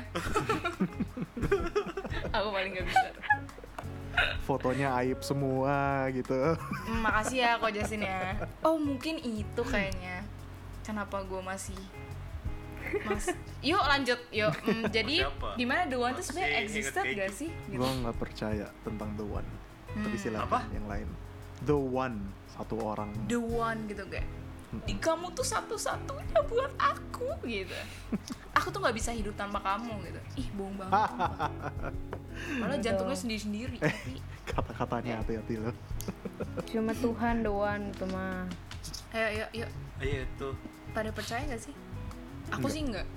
Aku paling nggak bisa. Fotonya aib semua gitu. Hmm, makasih ya Ko Jasin ya. Oh mungkin itu kayaknya kenapa gue masih Mas, yuk lanjut, yuk. Hmm, jadi Siapa? gimana the one itu sebenarnya Masih existed inget gak keju. sih? Gitu. Gua nggak percaya tentang the one. Tapi silakan Apa? yang lain. The one, satu orang. The one gitu kayak. Di kamu tuh satu-satunya buat aku gitu. Aku tuh nggak bisa hidup tanpa kamu gitu. Ih bohong banget. Malah jantungnya sendiri-sendiri. Tapi Kata-katanya hati-hati loh. Cuma Tuhan doang itu mah. ayo ayo yuk. Iya itu. Pada percaya gak sih? Aku sih enggak.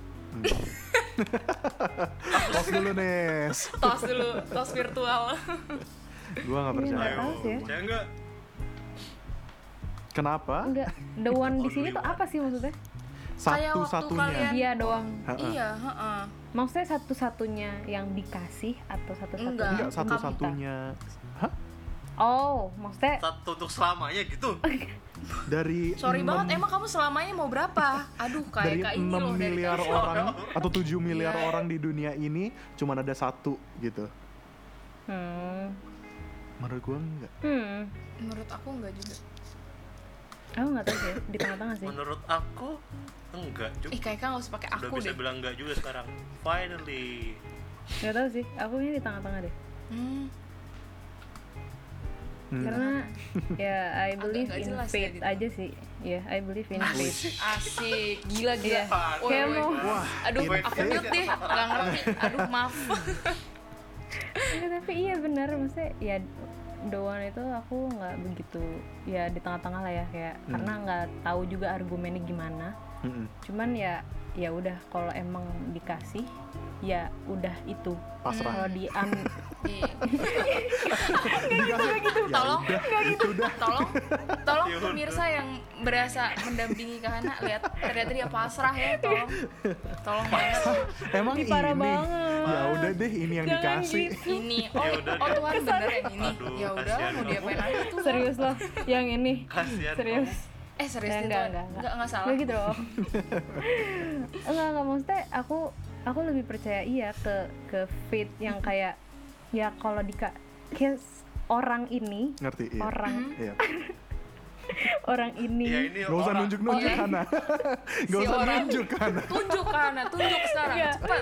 Tos dulu Nes. Tos dulu, tos virtual. Gua nggak Iya, percaya. nggak tahu sih ya. Percaya nggak? Kenapa? Enggak, the one di sini tuh apa sih maksudnya? Kayak waktu Satu-satunya. kalian- Dia doang. Ha-ha. Iya, heeh. Maksudnya satu-satunya yang dikasih atau satu-satunya? Enggak. Enggak, yang satu-satunya. Hah? kita? Oh, maksudnya Satu untuk selamanya gitu. Dari Sorry enam- banget, emang kamu selamanya mau berapa? Aduh, dari kayak kayak ini enam loh dari miliar tadi. orang atau tujuh miliar Iya. orang di dunia ini cuman ada satu gitu. hmm, Menurut gua enggak. hmm, Menurut aku enggak juga. aku nggak tahu sih, di tengah-tengah sih. Menurut aku enggak juga. Ih, kayak kan nggak usah pakai Udah aku bisa deh. bilang enggak juga sekarang. Finally. Nggak tahu sih, aku ini di tengah-tengah deh. Hmm, Hmm. Karena ya I believe nggak in jelas ya faith gitu. aja sih. Ya, I believe in faith. asik, gila gila. Iya. Woi, Kayak woi. mau Aduh, in aku faith. mute deh, nggak ngerti. Aduh, maaf. Enggak, tapi iya benar, maksudnya ya doan itu aku nggak begitu ya di tengah-tengah lah ya kayak Hmm. karena nggak tahu juga argumennya gimana. Mm-mm. Cuman ya ya udah kalau emang dikasih ya udah itu. Pasrah. Kalau di am Iya. Dikasih, ya Tolong. udah, itu udah. Tolong, tolong Ya pemirsa yang berasa mendampingi Kak Hana, lihat ternyata dia pasrah ya, tolong, tolong banget. Emang Ini parah ini. banget. Ya udah deh, ini yang Jangan dikasih. gitu. Ini, oh, Ya udah oh deh. Tuhan bener yang ini. Aduh, Ya udah, kasihan mau kamu. diapain lagi tuh? serius loh yang ini. Kasihan Serius. Eh serius Ya, nih enggak, Tuhan? enggak, enggak, enggak salah. Enggak gitu loh. enggak, enggak maksudnya aku aku lebih percaya iya ke ke faith yang kayak ya kalau di kayak orang ini Ngerti? Iya. orang Iya. orang ini Ya ini Gak usah orang. nunjuk-nunjuk Oke. Hana. Gak Si usah orang. nunjuk Hana. Tunjuk Kak Hana, tunjuk sekarang, Iya. cepat.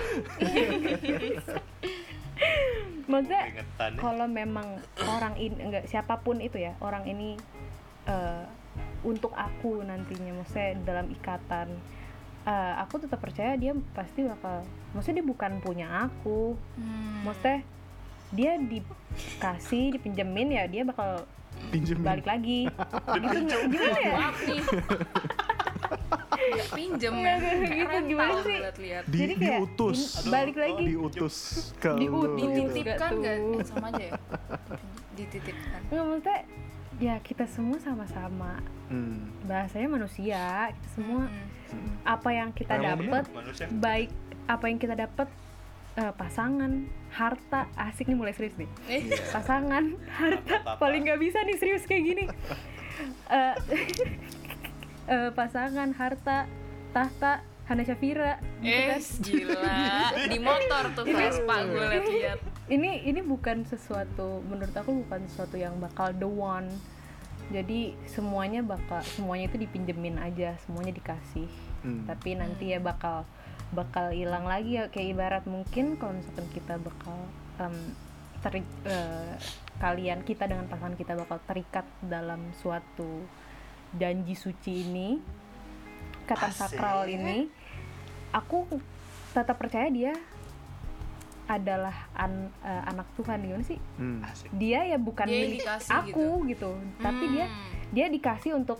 maksudnya Keringetan ya. kalau memang orang ini enggak siapapun itu ya orang ini eh, untuk aku nantinya maksudnya dalam ikatan eh, aku tetap percaya dia pasti bakal maksudnya dia bukan punya aku Hmm. maksudnya dia dikasih dipinjemin ya dia bakal Pinjemin. balik lagi gitu nggak- gimana ya Maaf nih. Nggak pinjem ya. Nggak, kayak gitu, Rental gimana sih? lihat-lihat. Di, Jadi kayak diutus. di- balik lagi Diutus ke lu Diutus. gitu. Dititipkan Gitu. nggak? Eh, sama aja ya? Dititipkan. nggak maksudnya ya kita semua sama-sama Hmm. bahasanya manusia kita semua Hmm. Hmm. apa yang kita Emang dapat Manusia. baik apa yang kita dapat eh, pasangan harta asik nih mulai serius nih Eh, pasangan harta Apa-apa. paling nggak bisa nih serius kayak gini Eh, eh, pasangan, harta, tahta, Hana Shafira. gitu kan. Eh, gila. Di motor tuh Vespa gue liat-liat. Ini ini bukan sesuatu, menurut aku bukan sesuatu yang bakal the one. Jadi semuanya bakal semuanya itu dipinjemin aja, semuanya dikasih. Hmm. Tapi nanti ya bakal bakal hilang lagi ya, kayak ibarat mungkin kalau misalkan kita bakal um, teri, uh, kalian kita dengan pasangan kita bakal terikat dalam suatu janji suci ini, kata Asik. sakral ini, aku tetap percaya dia adalah an, uh, anak Tuhan. Gimana sih? Hmm. Asik. Dia ya bukan Dia yang milik dikasih aku gitu, tapi Hmm. dia dia dikasih untuk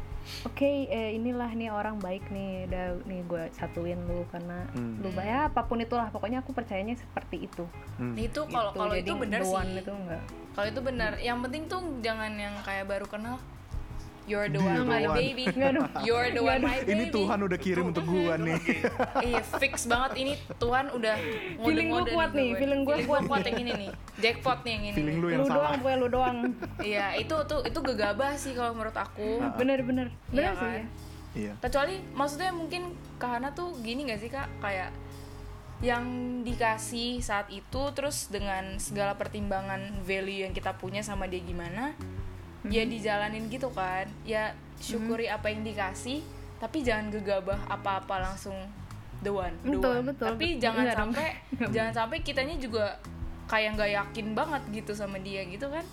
oke eh, inilah nih orang baik nih, udah nih gue satuin lu karena Hmm. lu bayar apapun itulah, pokoknya aku percayanya seperti itu. Hmm. Nah, itu kalau Gitu. kalau Jadi itu benar the sih. one itu enggak. Kalau itu benar. Yang penting tuh jangan yang kayak baru kenal. You're the Dia one, my the one. baby. Enggak dong. You're the one, my baby. Ini Tuhan udah kirim untuk gua nih. Iya, fix banget ini Tuhan udah Feeling gua ngode-ngode kuat nih, gue. feeling gua Feeling kuat yang ini nih. Jackpot nih yang ini. Feeling nih. lu yang Lu salah. doang, pokoknya lu doang. Iya, itu tuh itu gegabah sih kalau menurut aku. Bener-bener, bener Iya sih kan? ya. Iya. Kecuali maksudnya mungkin Kahana tuh gini gak sih Kak, kayak yang dikasih saat itu terus dengan segala pertimbangan value yang kita punya sama dia gimana, ya dijalanin gitu kan. Ya syukuri apa yang dikasih, tapi jangan gegabah apa-apa langsung the one, the Betul, one. betul, Tapi betul. jangan Enggak dong. sampai jangan sampai kitanya juga kayak nggak yakin banget gitu sama dia gitu kan.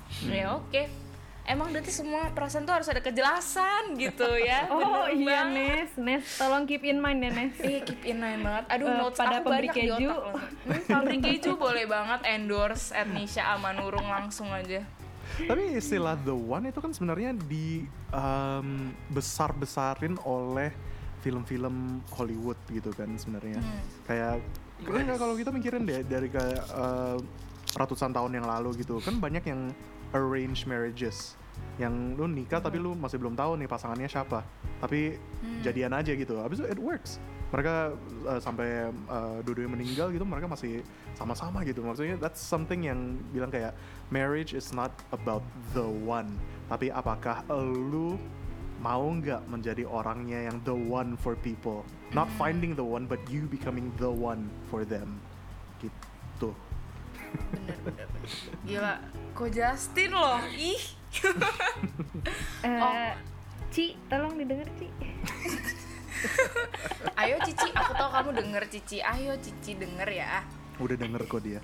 Ya oke. Emang berarti semua perasaan tuh harus ada kejelasan gitu ya. Oh Bener iya banget. Nes, Nes tolong keep in mind ya Nes. Iya, keep in mind banget. Aduh, Eh, notes pada aku pemberi banyak di keju. otak loh. Hmm, pabrik keju boleh banget endorse Etnisha Amanurung langsung aja. Tapi istilah the one itu kan sebenarnya di um, besar-besarin oleh film-film Hollywood gitu kan sebenarnya. Hmm. Kayak ya, kalau kita mikirin deh dari kayak uh, ratusan tahun yang lalu gitu kan banyak yang arranged marriages, yang lu nikah tapi lu masih belum tahu nih pasangannya siapa, tapi jadian aja gitu. Habis itu it works. Mereka uh, sampai uh, dua-duanya meninggal gitu, mereka masih sama-sama gitu. Maksudnya that's something yang bilang kayak marriage is not about the one, tapi apakah lu mau nggak menjadi orangnya yang the one for people, not finding the one but you becoming the one for them gitu. Bener, bener, bener. Gila, kok Justin loh, ih. Eh, Oh. Ci, tolong didengar Ci. Ayo Cici, aku tahu kamu denger Cici. Ayo Cici denger ya. Udah denger kok dia.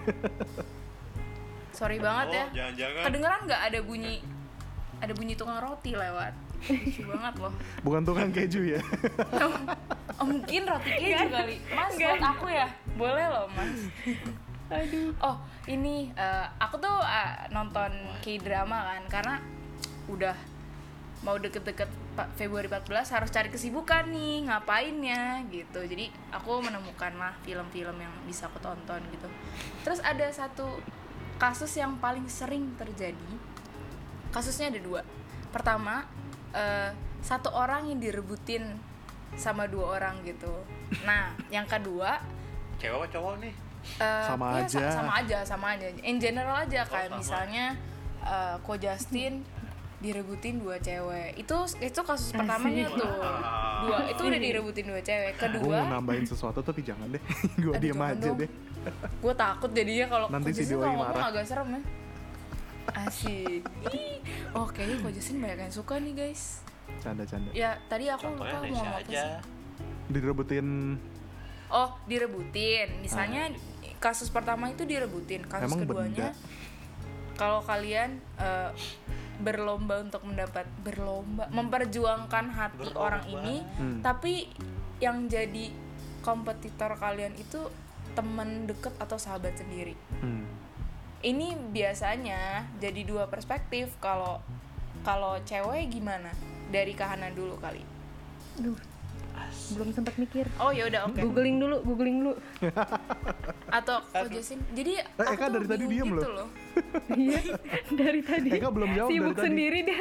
Sorry banget ya. Oh, jangan-jangan Kedengeran nggak ada bunyi ada bunyi tukang roti lewat. Lucu banget loh. Bukan tukang keju ya. Oh, mungkin roti keju kali. Mas, buat aku ya. Boleh loh, Mas. Aduh. Oh, ini eh, aku tuh eh, nonton K-drama kan karena udah mau deket-deket pa- Februari empat belas harus cari kesibukan nih, ngapainnya gitu. Jadi aku menemukan lah film-film yang bisa aku tonton gitu. Terus ada satu kasus yang paling sering terjadi. Kasusnya ada dua. Pertama, eh, satu orang yang direbutin sama dua orang gitu. Nah, yang kedua cewek apa cowok nih? Eh, Sama ya, aja. sa- sama aja, sama aja. In general aja kayak sama. misalnya eh, Ko Justin direbutin dua cewek. Itu itu kasus pertamanya tuh. Dua, itu udah direbutin dua cewek. Gue Kedua, mau nambahin sesuatu tapi jangan deh. Gue Aduh, diem jangan aja dong. deh. gue takut jadinya kalau Ko Nanti si Justin Doi kalau ngomong marah. agak serem ya. Asik. Ih. Oh, kayaknya Ko Justin banyak yang suka nih, guys. Canda-canda. Ya, tadi aku Contohnya lupa mau Nesha ngomong apa aja. sih. Direbutin. Oh, direbutin. Misalnya kasus pertama itu direbutin. Kasus Emang keduanya benda? kalau kalian eh, berlomba untuk mendapat berlomba memperjuangkan hati Berlomba. orang ini, Hmm. tapi yang jadi kompetitor kalian itu teman deket atau sahabat sendiri. Hmm. Ini biasanya jadi dua perspektif. Kalau kalau cewek gimana? Dari Kahana dulu kali. Duh, belum sempat mikir. Oh ya udah oke. Googling dulu, googling dulu. Atau Ko Justin. Jadi aku Eka tuh dari tadi bingung diem gitu loh. loh. Iya, dari tadi. Eka belum jawab Sibuk dari tadi. sendiri dia.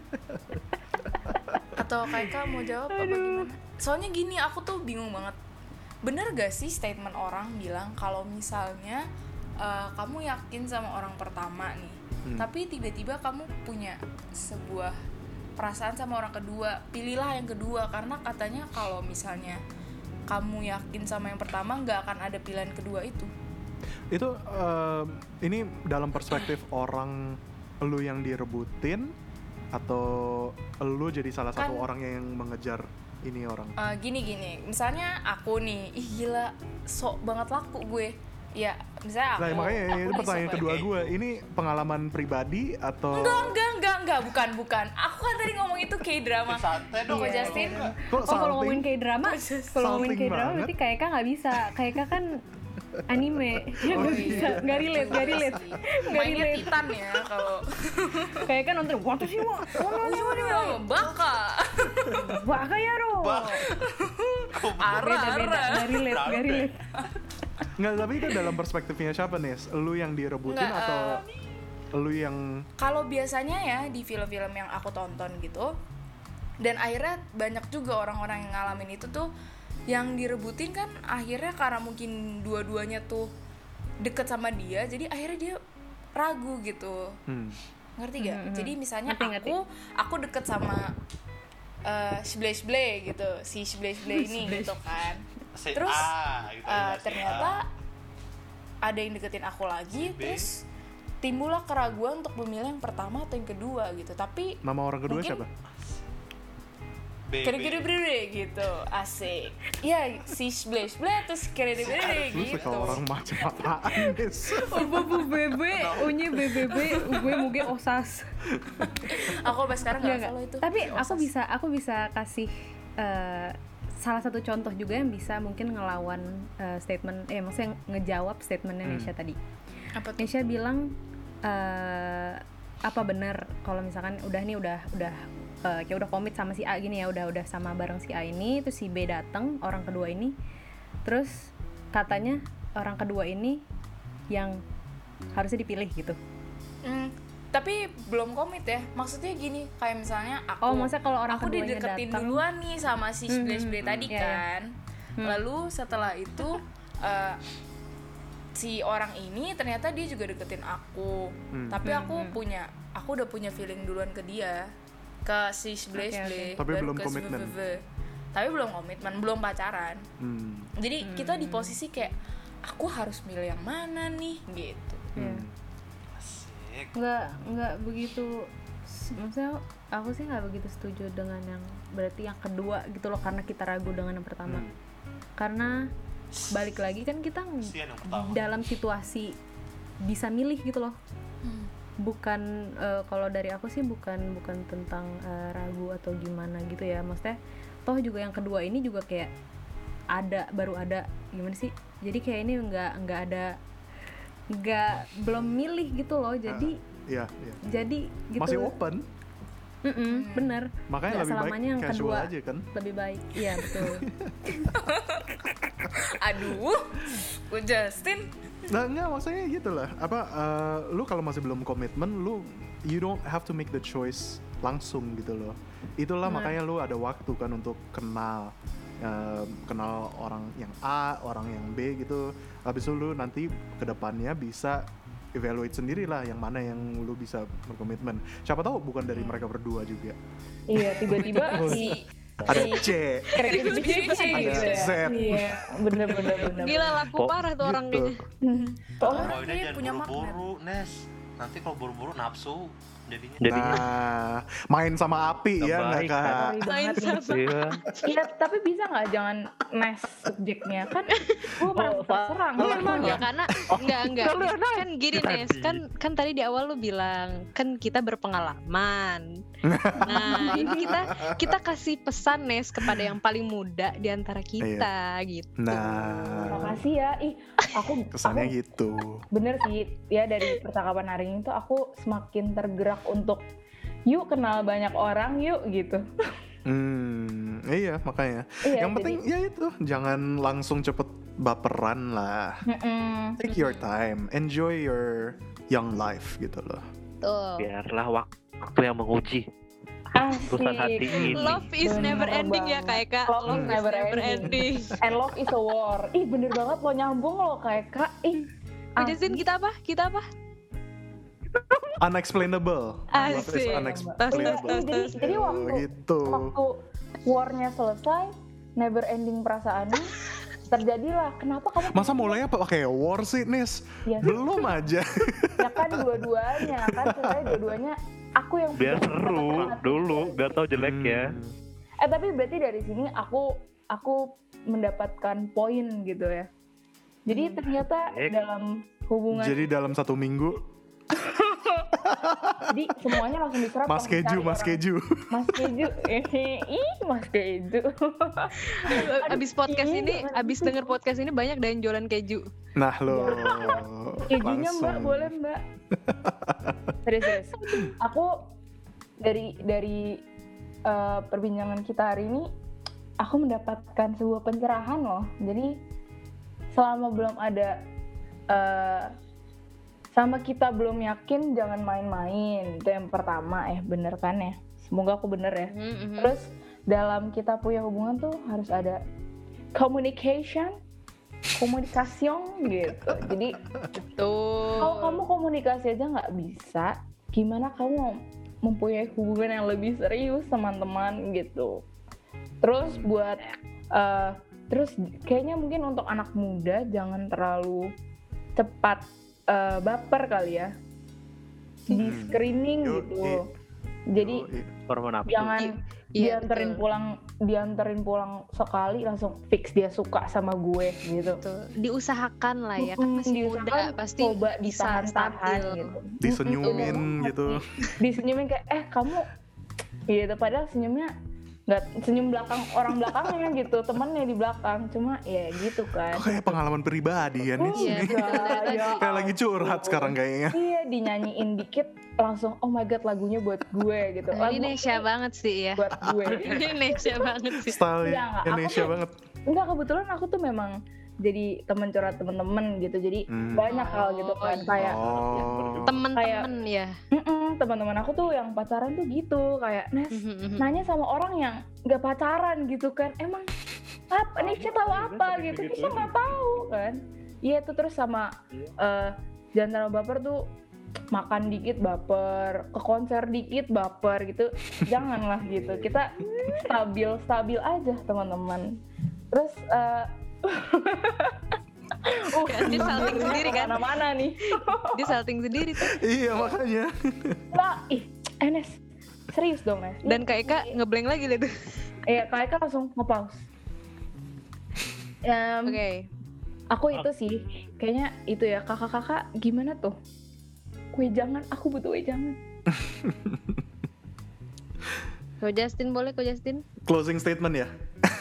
Atau kayak Kak mau jawab apa gimana? Soalnya gini, aku tuh bingung banget. Bener gak sih statement orang bilang kalau misalnya uh, kamu yakin sama orang pertama nih, Hmm. tapi tiba-tiba kamu punya sebuah perasaan sama orang kedua, pilihlah yang kedua, karena katanya kalau misalnya kamu yakin sama yang pertama nggak akan ada pilihan kedua itu. Itu uh, ini dalam perspektif orang lu yang direbutin atau lu jadi salah satu Kan- orang yang mengejar ini orang? Uh, gini gini, misalnya aku nih, ih gila, sok banget laku gue. Ya, misalnya aku. Nah, makanya aku itu nih pertanyaan sok kedua banget. gue. Ini pengalaman pribadi atau? Enggak, enggak, enggak, enggak, bukan, bukan. Aku kan tadi ngomong itu K-drama. Santai dong. Kok Iya, Justin? Kok Oh kalau salting? ngomongin K-drama, kalau ngomongin Salting K-drama banget. berarti Kaeka nggak bisa. Kaeka kan anime, ya nggak bisa, nggak relate, nggak relate, nggak Mainnya relate. Titan ya kalau. Kaeka nonton waktu sih wah, Oh, baka. wah kayak ro. Ara, Beda beda, ara. nggak relate, nggak relate. Nggak, tapi itu dalam perspektifnya siapa nih? Lu yang direbutin Nggak, atau eh, lu yang Kalau biasanya ya di film-film yang aku tonton gitu, dan akhirnya banyak juga orang-orang yang ngalamin itu tuh, yang direbutin kan akhirnya karena mungkin dua-duanya tuh deket sama dia, jadi akhirnya dia ragu gitu. hmm. Ngerti gak? Mhm, mhm. Jadi misalnya Ngerti, ngerti. aku aku deket sama uh, sebelah-sebelah gitu, si sebelah-sebelah ini gitu kan. Si Terus A, gitu uh, ya, si ternyata A. ada yang deketin aku lagi, B. terus timbullah keraguan untuk memilih yang pertama atau yang kedua gitu. Tapi Nama orang kedua mungkin- siapa? B, B. kere-kere gitu, asik. Ya si sebelah-sebelah terus kere-kere Lu gitu. suka orang macam apaan, Des? Ubu bu bebe, unyi bebe, gue muge osas. Aku sampai sekarang Nggak, nggak nggak. follow itu. Tapi si aku Osas. bisa, aku bisa kasih eh, salah satu contoh juga yang bisa mungkin ngelawan eh, statement, eh maksudnya ngejawab statementnya Hmm. Nesha tadi. Apa tuh? Nesha bilang eh, apa benar kalau misalkan udah nih udah udah eh, kayak udah komit sama si A gini ya, udah udah sama bareng si A ini, terus si B datang orang kedua ini, terus katanya orang kedua ini yang harusnya dipilih gitu. Hmm, tapi belum komit ya. Maksudnya gini, kayak misalnya aku Oh, maksudnya kalau orang aku keduanya dideketin datang. duluan nih sama si Hmm, sebelah-sebelah hmm, tadi iya, iya. kan. Hmm. Lalu setelah itu eh, si orang ini ternyata dia juga deketin aku. Hmm. Tapi Hmm, aku hmm. punya aku udah punya feeling duluan ke dia, ke si sebelah-sebelah. Tapi baru belum ke komitmen. sebelah-sebelah. Tapi belum komitmen, belum pacaran. Hmm. Jadi kita di posisi kayak aku harus milih yang mana nih gitu. Iya. Hmm. Asik. nggak nggak begitu, maksudnya aku sih nggak begitu setuju dengan yang berarti yang kedua gitu loh, karena kita ragu dengan yang pertama. Hmm. Karena balik lagi kan kita ng- Kasihan yang pertama. dalam situasi bisa milih gitu loh, Hmm. bukan eh, kalau dari aku sih bukan bukan tentang eh, ragu atau gimana gitu ya, maksudnya toh juga yang kedua ini juga kayak ada baru ada gimana sih, jadi kayak ini nggak nggak ada nggak belum milih gitu loh, jadi Iya, iya. jadi gitu. Masih open, Mm-mm, bener. makanya Nggak lebih baik selamanya yang casual kedua aja kan. lebih baik, iya betul. Aduh, gue Justin. Nah, enggak, maksudnya gitu lah. Apa, eh, lu kalau masih belum komitmen, lu you don't have to make the choice langsung gitu loh. Itulah Benar. makanya lu ada waktu kan untuk kenal eh, kenal orang yang A, orang yang B gitu. Habis itu lu nanti kedepannya bisa evaluate sendiri lah yang mana yang lu bisa berkomitmen. Siapa tahu bukan dari mereka berdua juga. Iya, tiba-tiba Si Ada C, Kere-kere ada Z. Iya, bener bener bener. Gila laku Kok parah tuh orang gitu? kayaknya. orang Bawainnya kayaknya jangan punya magnet. buru-buru, Nes. Nanti kalau buru-buru nafsu jadinya. Nah, main sama api Nggak ya nggak baik, kak? kan? Main sama. Iya. Iya, tapi bisa nggak jangan mes subjeknya kan? Gue merasa terserang. Oh, Memang Ya karena enggak enggak Lu enak. kan gini Nes, kan kan tadi di awal lu bilang kan kita berpengalaman. Nah, ini kita kita kasih pesan Nes kepada yang paling muda di antara kita gitu. Nah, Makasih ya. Ih, aku kesannya aku gitu. bener sih ya, dari percakapan hari ini tuh aku semakin tergerak untuk yuk kenal banyak orang yuk gitu. Hmm, iya makanya. Iya, Yang penting ya itu, jangan langsung cepet baperan lah. Mm-mm. Take your time, enjoy your young life gitu loh. Tuh. Biarlah waktu yang menguji urusan hati Asik. ini. Love is Bener never ending ya banget. kayak Kak. Love Love is is never never ending. ending. And love is a war. Ih, bener banget lo, nyambung lo kayak Kak. Ih, Udah Zin, kita apa? Kita apa? unexplainable. Love is Asik. unexplainable. Tos, tos, jadi tos. jadi waktu gitu. waktu warnya selesai, never ending perasaannya terjadilah. Kenapa kamu Masa mulainya pakai war sih, Nis? Ya, Belum aja. ya kan dua-duanya kan ceritanya dua-duanya aku yang Biar punya seru kata-kata. dulu, biar tahu jelek ya. Hmm. Eh tapi berarti dari sini aku aku mendapatkan poin gitu ya. Jadi ternyata Baik. dalam hubungan Jadi dalam satu minggu, jadi semuanya langsung diserap. Mas langsung Keju, cari Mas orang. Keju. Mas Keju, ih Mas Keju. Abis podcast Ih, ini, jangan abis gitu. denger podcast ini banyak dan jualan keju. Nah lo, Kejunya Mbak, langsung. boleh Mbak. Serius-serius. Aku dari dari eh, perbincangan kita hari ini, aku mendapatkan sebuah pencerahan loh. Jadi selama belum ada, eh, sama kita belum yakin, jangan main-main. Itu yang pertama, eh bener kan ya? Semoga aku bener ya. Mhm. Terus dalam kita punya hubungan tuh harus ada communication, komunikasiong gitu. Jadi Tuh. kalau kamu komunikasi aja nggak bisa, gimana kamu mau mempunyai hubungan yang lebih serius teman-teman gitu. Terus buat eh, terus kayaknya mungkin untuk anak muda jangan terlalu cepat eh, baper kali ya, di Hmm. screening Yoi. gitu. Jadi Yoi. Hormon nafsu. jangan Iya, dianterin betul. pulang dianterin pulang sekali langsung fix dia suka sama gue gitu. Tuh, diusahakan lah ya, kan Mm-mm, masih diusahakan muda, pasti coba bisa ditahan-tahan stabil. gitu. Disenyumin Mm-mm. gitu. Disenyumin kayak eh kamu gitu, padahal senyumnya nggak senyum belakang orang belakangnya gitu, temennya di belakang, cuma ya gitu kan. Kok kayak pengalaman pribadi ya nih? Iya, Nih. betul. ya Kayak lagi curhat ampun. sekarang kayaknya. Iya, dinyanyiin dikit langsung oh my god lagunya buat gue gitu. Nah, Lagu ini Nesya banget sih ya. buat gue. Ini Nesya banget sih. Style Iya, nggak, aku Indonesia tuh- banget. Enggak, kebetulan aku tuh memang jadi teman curhat temen-temen gitu, jadi Hmm. banyak hal gitu kan, Oh, kayak Oh. Temen-temen ya. "Mm-mm, teman-teman aku tuh yang pacaran tuh gitu, kayak Nes nanya sama orang yang nggak pacaran gitu kan, emang apa Nisha tahu apa gitu, Nisha nggak tahu kan. Iya tuh, terus sama eh jangan terlalu baper tuh, makan dikit baper, ke konser dikit baper gitu, janganlah gitu. Kita stabil stabil aja teman-teman. Terus eh uh, Ya, dia salting sendiri kan. Mana-mana nih. Dia salting sendiri tuh. Iya makanya. Nah, ih, Enes, serius dong Nes. Dan Kak Eka ngeblank lagi lah tuh. Iya, Kak Eka langsung nge-pause. Em, Oke. Aku itu sih, kayaknya itu ya, kakak-kakak gimana tuh? Kue jangan, aku butuh kue jangan. Ko Justin boleh, Ko Justin? Closing statement ya.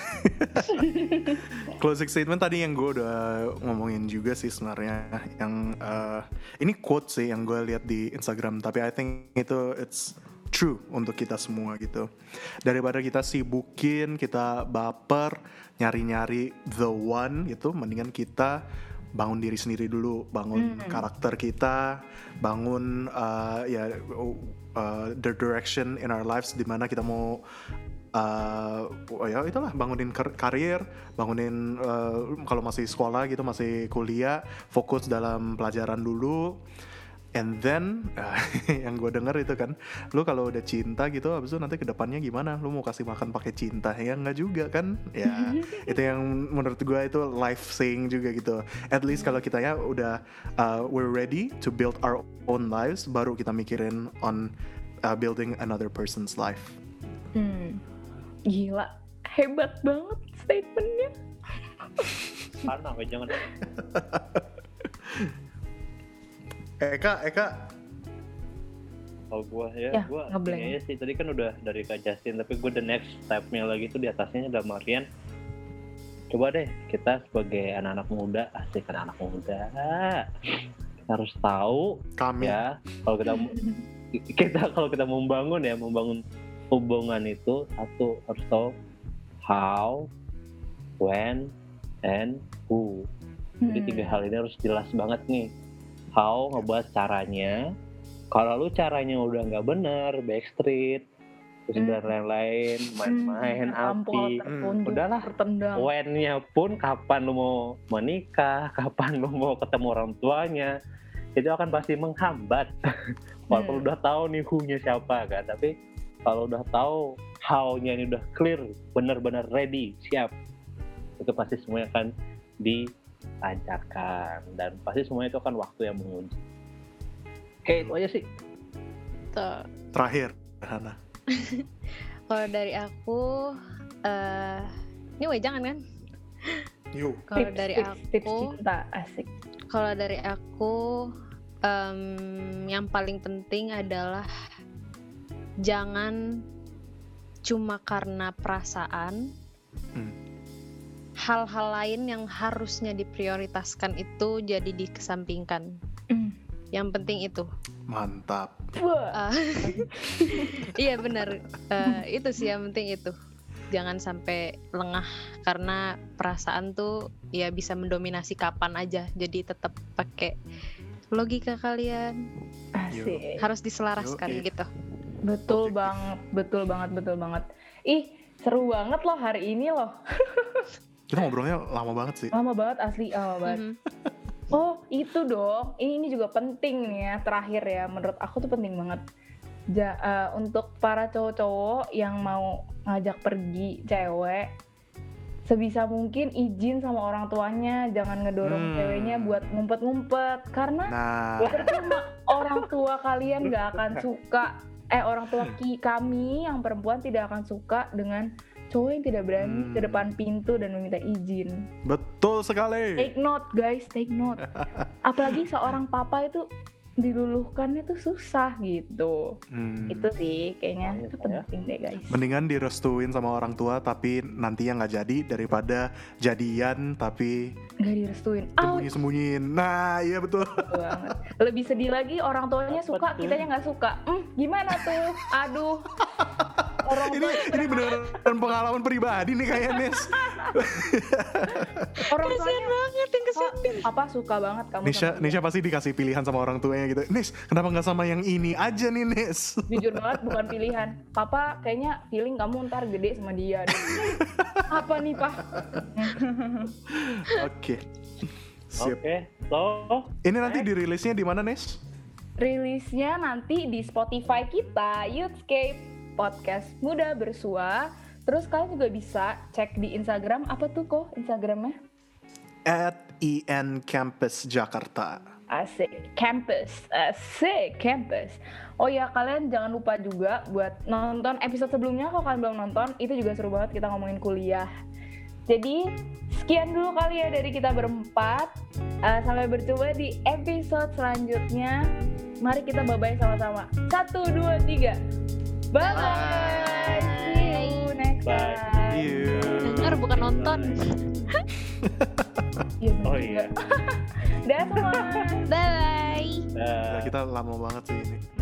Closing statement tadi yang gue udah ngomongin juga sih sebenarnya, yang eh, ini quote sih yang gue lihat di Instagram, tapi I think itu it's true untuk kita semua gitu. Daripada kita sibukin, kita baper, nyari-nyari the one gitu, mendingan kita bangun diri sendiri dulu, bangun karakter kita, bangun uh, ya uh, the direction in our lives, di mana kita mau uh, oh ya itulah, bangunin kar- karir, bangunin uh, kalau masih sekolah gitu, masih kuliah, fokus dalam pelajaran dulu. And then uh, yang gue denger itu kan, lu kalau udah cinta gitu, abis itu nanti kedepannya gimana? Lu mau kasih makan pakai cinta? Ya nggak juga kan? Ya itu yang menurut gue itu life saying juga gitu. At least kalau kita ya udah uh, we're ready to build our own lives, baru kita mikirin on uh, building another person's life. Hmm. Gila, hebat banget statementnya. Karena apa jangan. Eka, Eka, Kalau gue ya, Ya, gue ngeblank. ini aja sih. Tadi kan udah dari Kak Justin, tapi gue the next step-nya lagi tuh di atasnya dalam artian, coba deh kita sebagai anak-anak muda, asik anak-anak muda, kita harus tahu kami. ya kalau kita kita kalau kita membangun ya membangun hubungan itu, satu harus tahu how, when, and who. Jadi Hmm. tiga hal ini harus jelas banget nih. How ngebahas caranya. Kalau lu caranya udah nggak bener, backstreet, terus Hmm. dan lain-lain, main-main, Tertampol, api. tertunduk, Udahlah. tertendang. When-nya pun kapan lu mau menikah, kapan lu mau ketemu orang tuanya, itu akan pasti menghambat Walaupun Hmm. udah tahu nih who-nya siapa kan, tapi kalau udah tahu how-nya ini udah clear, benar-benar ready, siap, itu pasti semuanya akan dilancarkan dan pasti semuanya itu akan waktu yang menguji. Oke, itu aja sih. Tuh. Terakhir, Hana. Kalau dari aku, eh ini wejangan kan? Yuk. Kalau Tips, dari tips, aku, tips cinta asik. kalau dari aku, em, yang paling penting adalah jangan cuma karena perasaan, Hmm. hal-hal lain yang harusnya diprioritaskan itu jadi dikesampingkan. Hmm. Yang penting itu. Mantap. Wah. Ah, iya benar. Eh, itu sih yang penting itu. Jangan sampai lengah karena perasaan tuh ya bisa mendominasi kapan aja. Jadi tetap pakai logika kalian. Asik. Harus diselaraskan Yoi. gitu. Betul Objektif. banget, betul banget, betul banget. Ih, seru banget loh hari ini loh. Kita ngobrolnya lama banget sih. Lama banget asli, lama banget. Mhm. Oh, itu dong. Ini, ini juga penting nih ya, terakhir ya. Menurut aku tuh penting banget. Ja, eh, untuk para cowok-cowok yang mau ngajak pergi cewek, sebisa mungkin izin sama orang tuanya, jangan ngedorong Hmm. ceweknya buat ngumpet-ngumpet. Karena Nah, percuma orang tua kalian gak akan suka, eh orang tua ki kami yang perempuan tidak akan suka dengan cowok yang tidak berani Hmm. ke depan pintu dan meminta izin. betul sekali. Take note guys, take note. Apalagi seorang papa itu diluluhkannya tuh susah gitu. Hmm. Itu sih kayaknya Makanya itu saya- penting deh guys. Mendingan direstuin sama orang tua tapi nantinya nggak jadi daripada jadian tapi Gak direstuin. Out sembunyi-sembunyiin. Nah, iya betul. banget. Lebih sedih lagi orang tuanya suka, Betul. kitanya nggak suka. Hmm, gimana tuh? Aduh. Orang ini tuanya ini beneran pengalaman pribadi nih kayaknya, Nes. orang tuanya banget yang "Oh, apa suka banget kamu Nisha, sama dia." Nisha pasti dikasih pilihan sama orang tuanya gitu. Nes, kenapa nggak sama yang ini aja nih, Nes? Jujur banget bukan pilihan. Papa kayaknya feeling kamu ntar gede sama dia deh. Apa nih, Pak? Oke. Siap. Oke, so Ini nanti dirilisnya di mana, Nes? Rilisnya nanti di Spotify kita, Youthscape Podcast Muda Bersua. Terus kalian juga bisa cek di Instagram, apa tuh kok Instagramnya? At I N Campus Jakarta. Asik, campus, asik, campus. Oh ya, kalian jangan lupa juga buat nonton episode sebelumnya kalau kalian belum nonton, itu juga seru banget kita ngomongin kuliah. Jadi, sekian dulu kali ya dari kita berempat. Uh, sampai berjumpa di episode selanjutnya. Mari kita bye-bye sama-sama. Satu, dua, tiga. Bye-bye. See you next Bye. time. Iya. Dengar bukan nonton. Iya, bener oh juga. iya. Dah semua. Bye. Dah. Kita lama banget sih ini.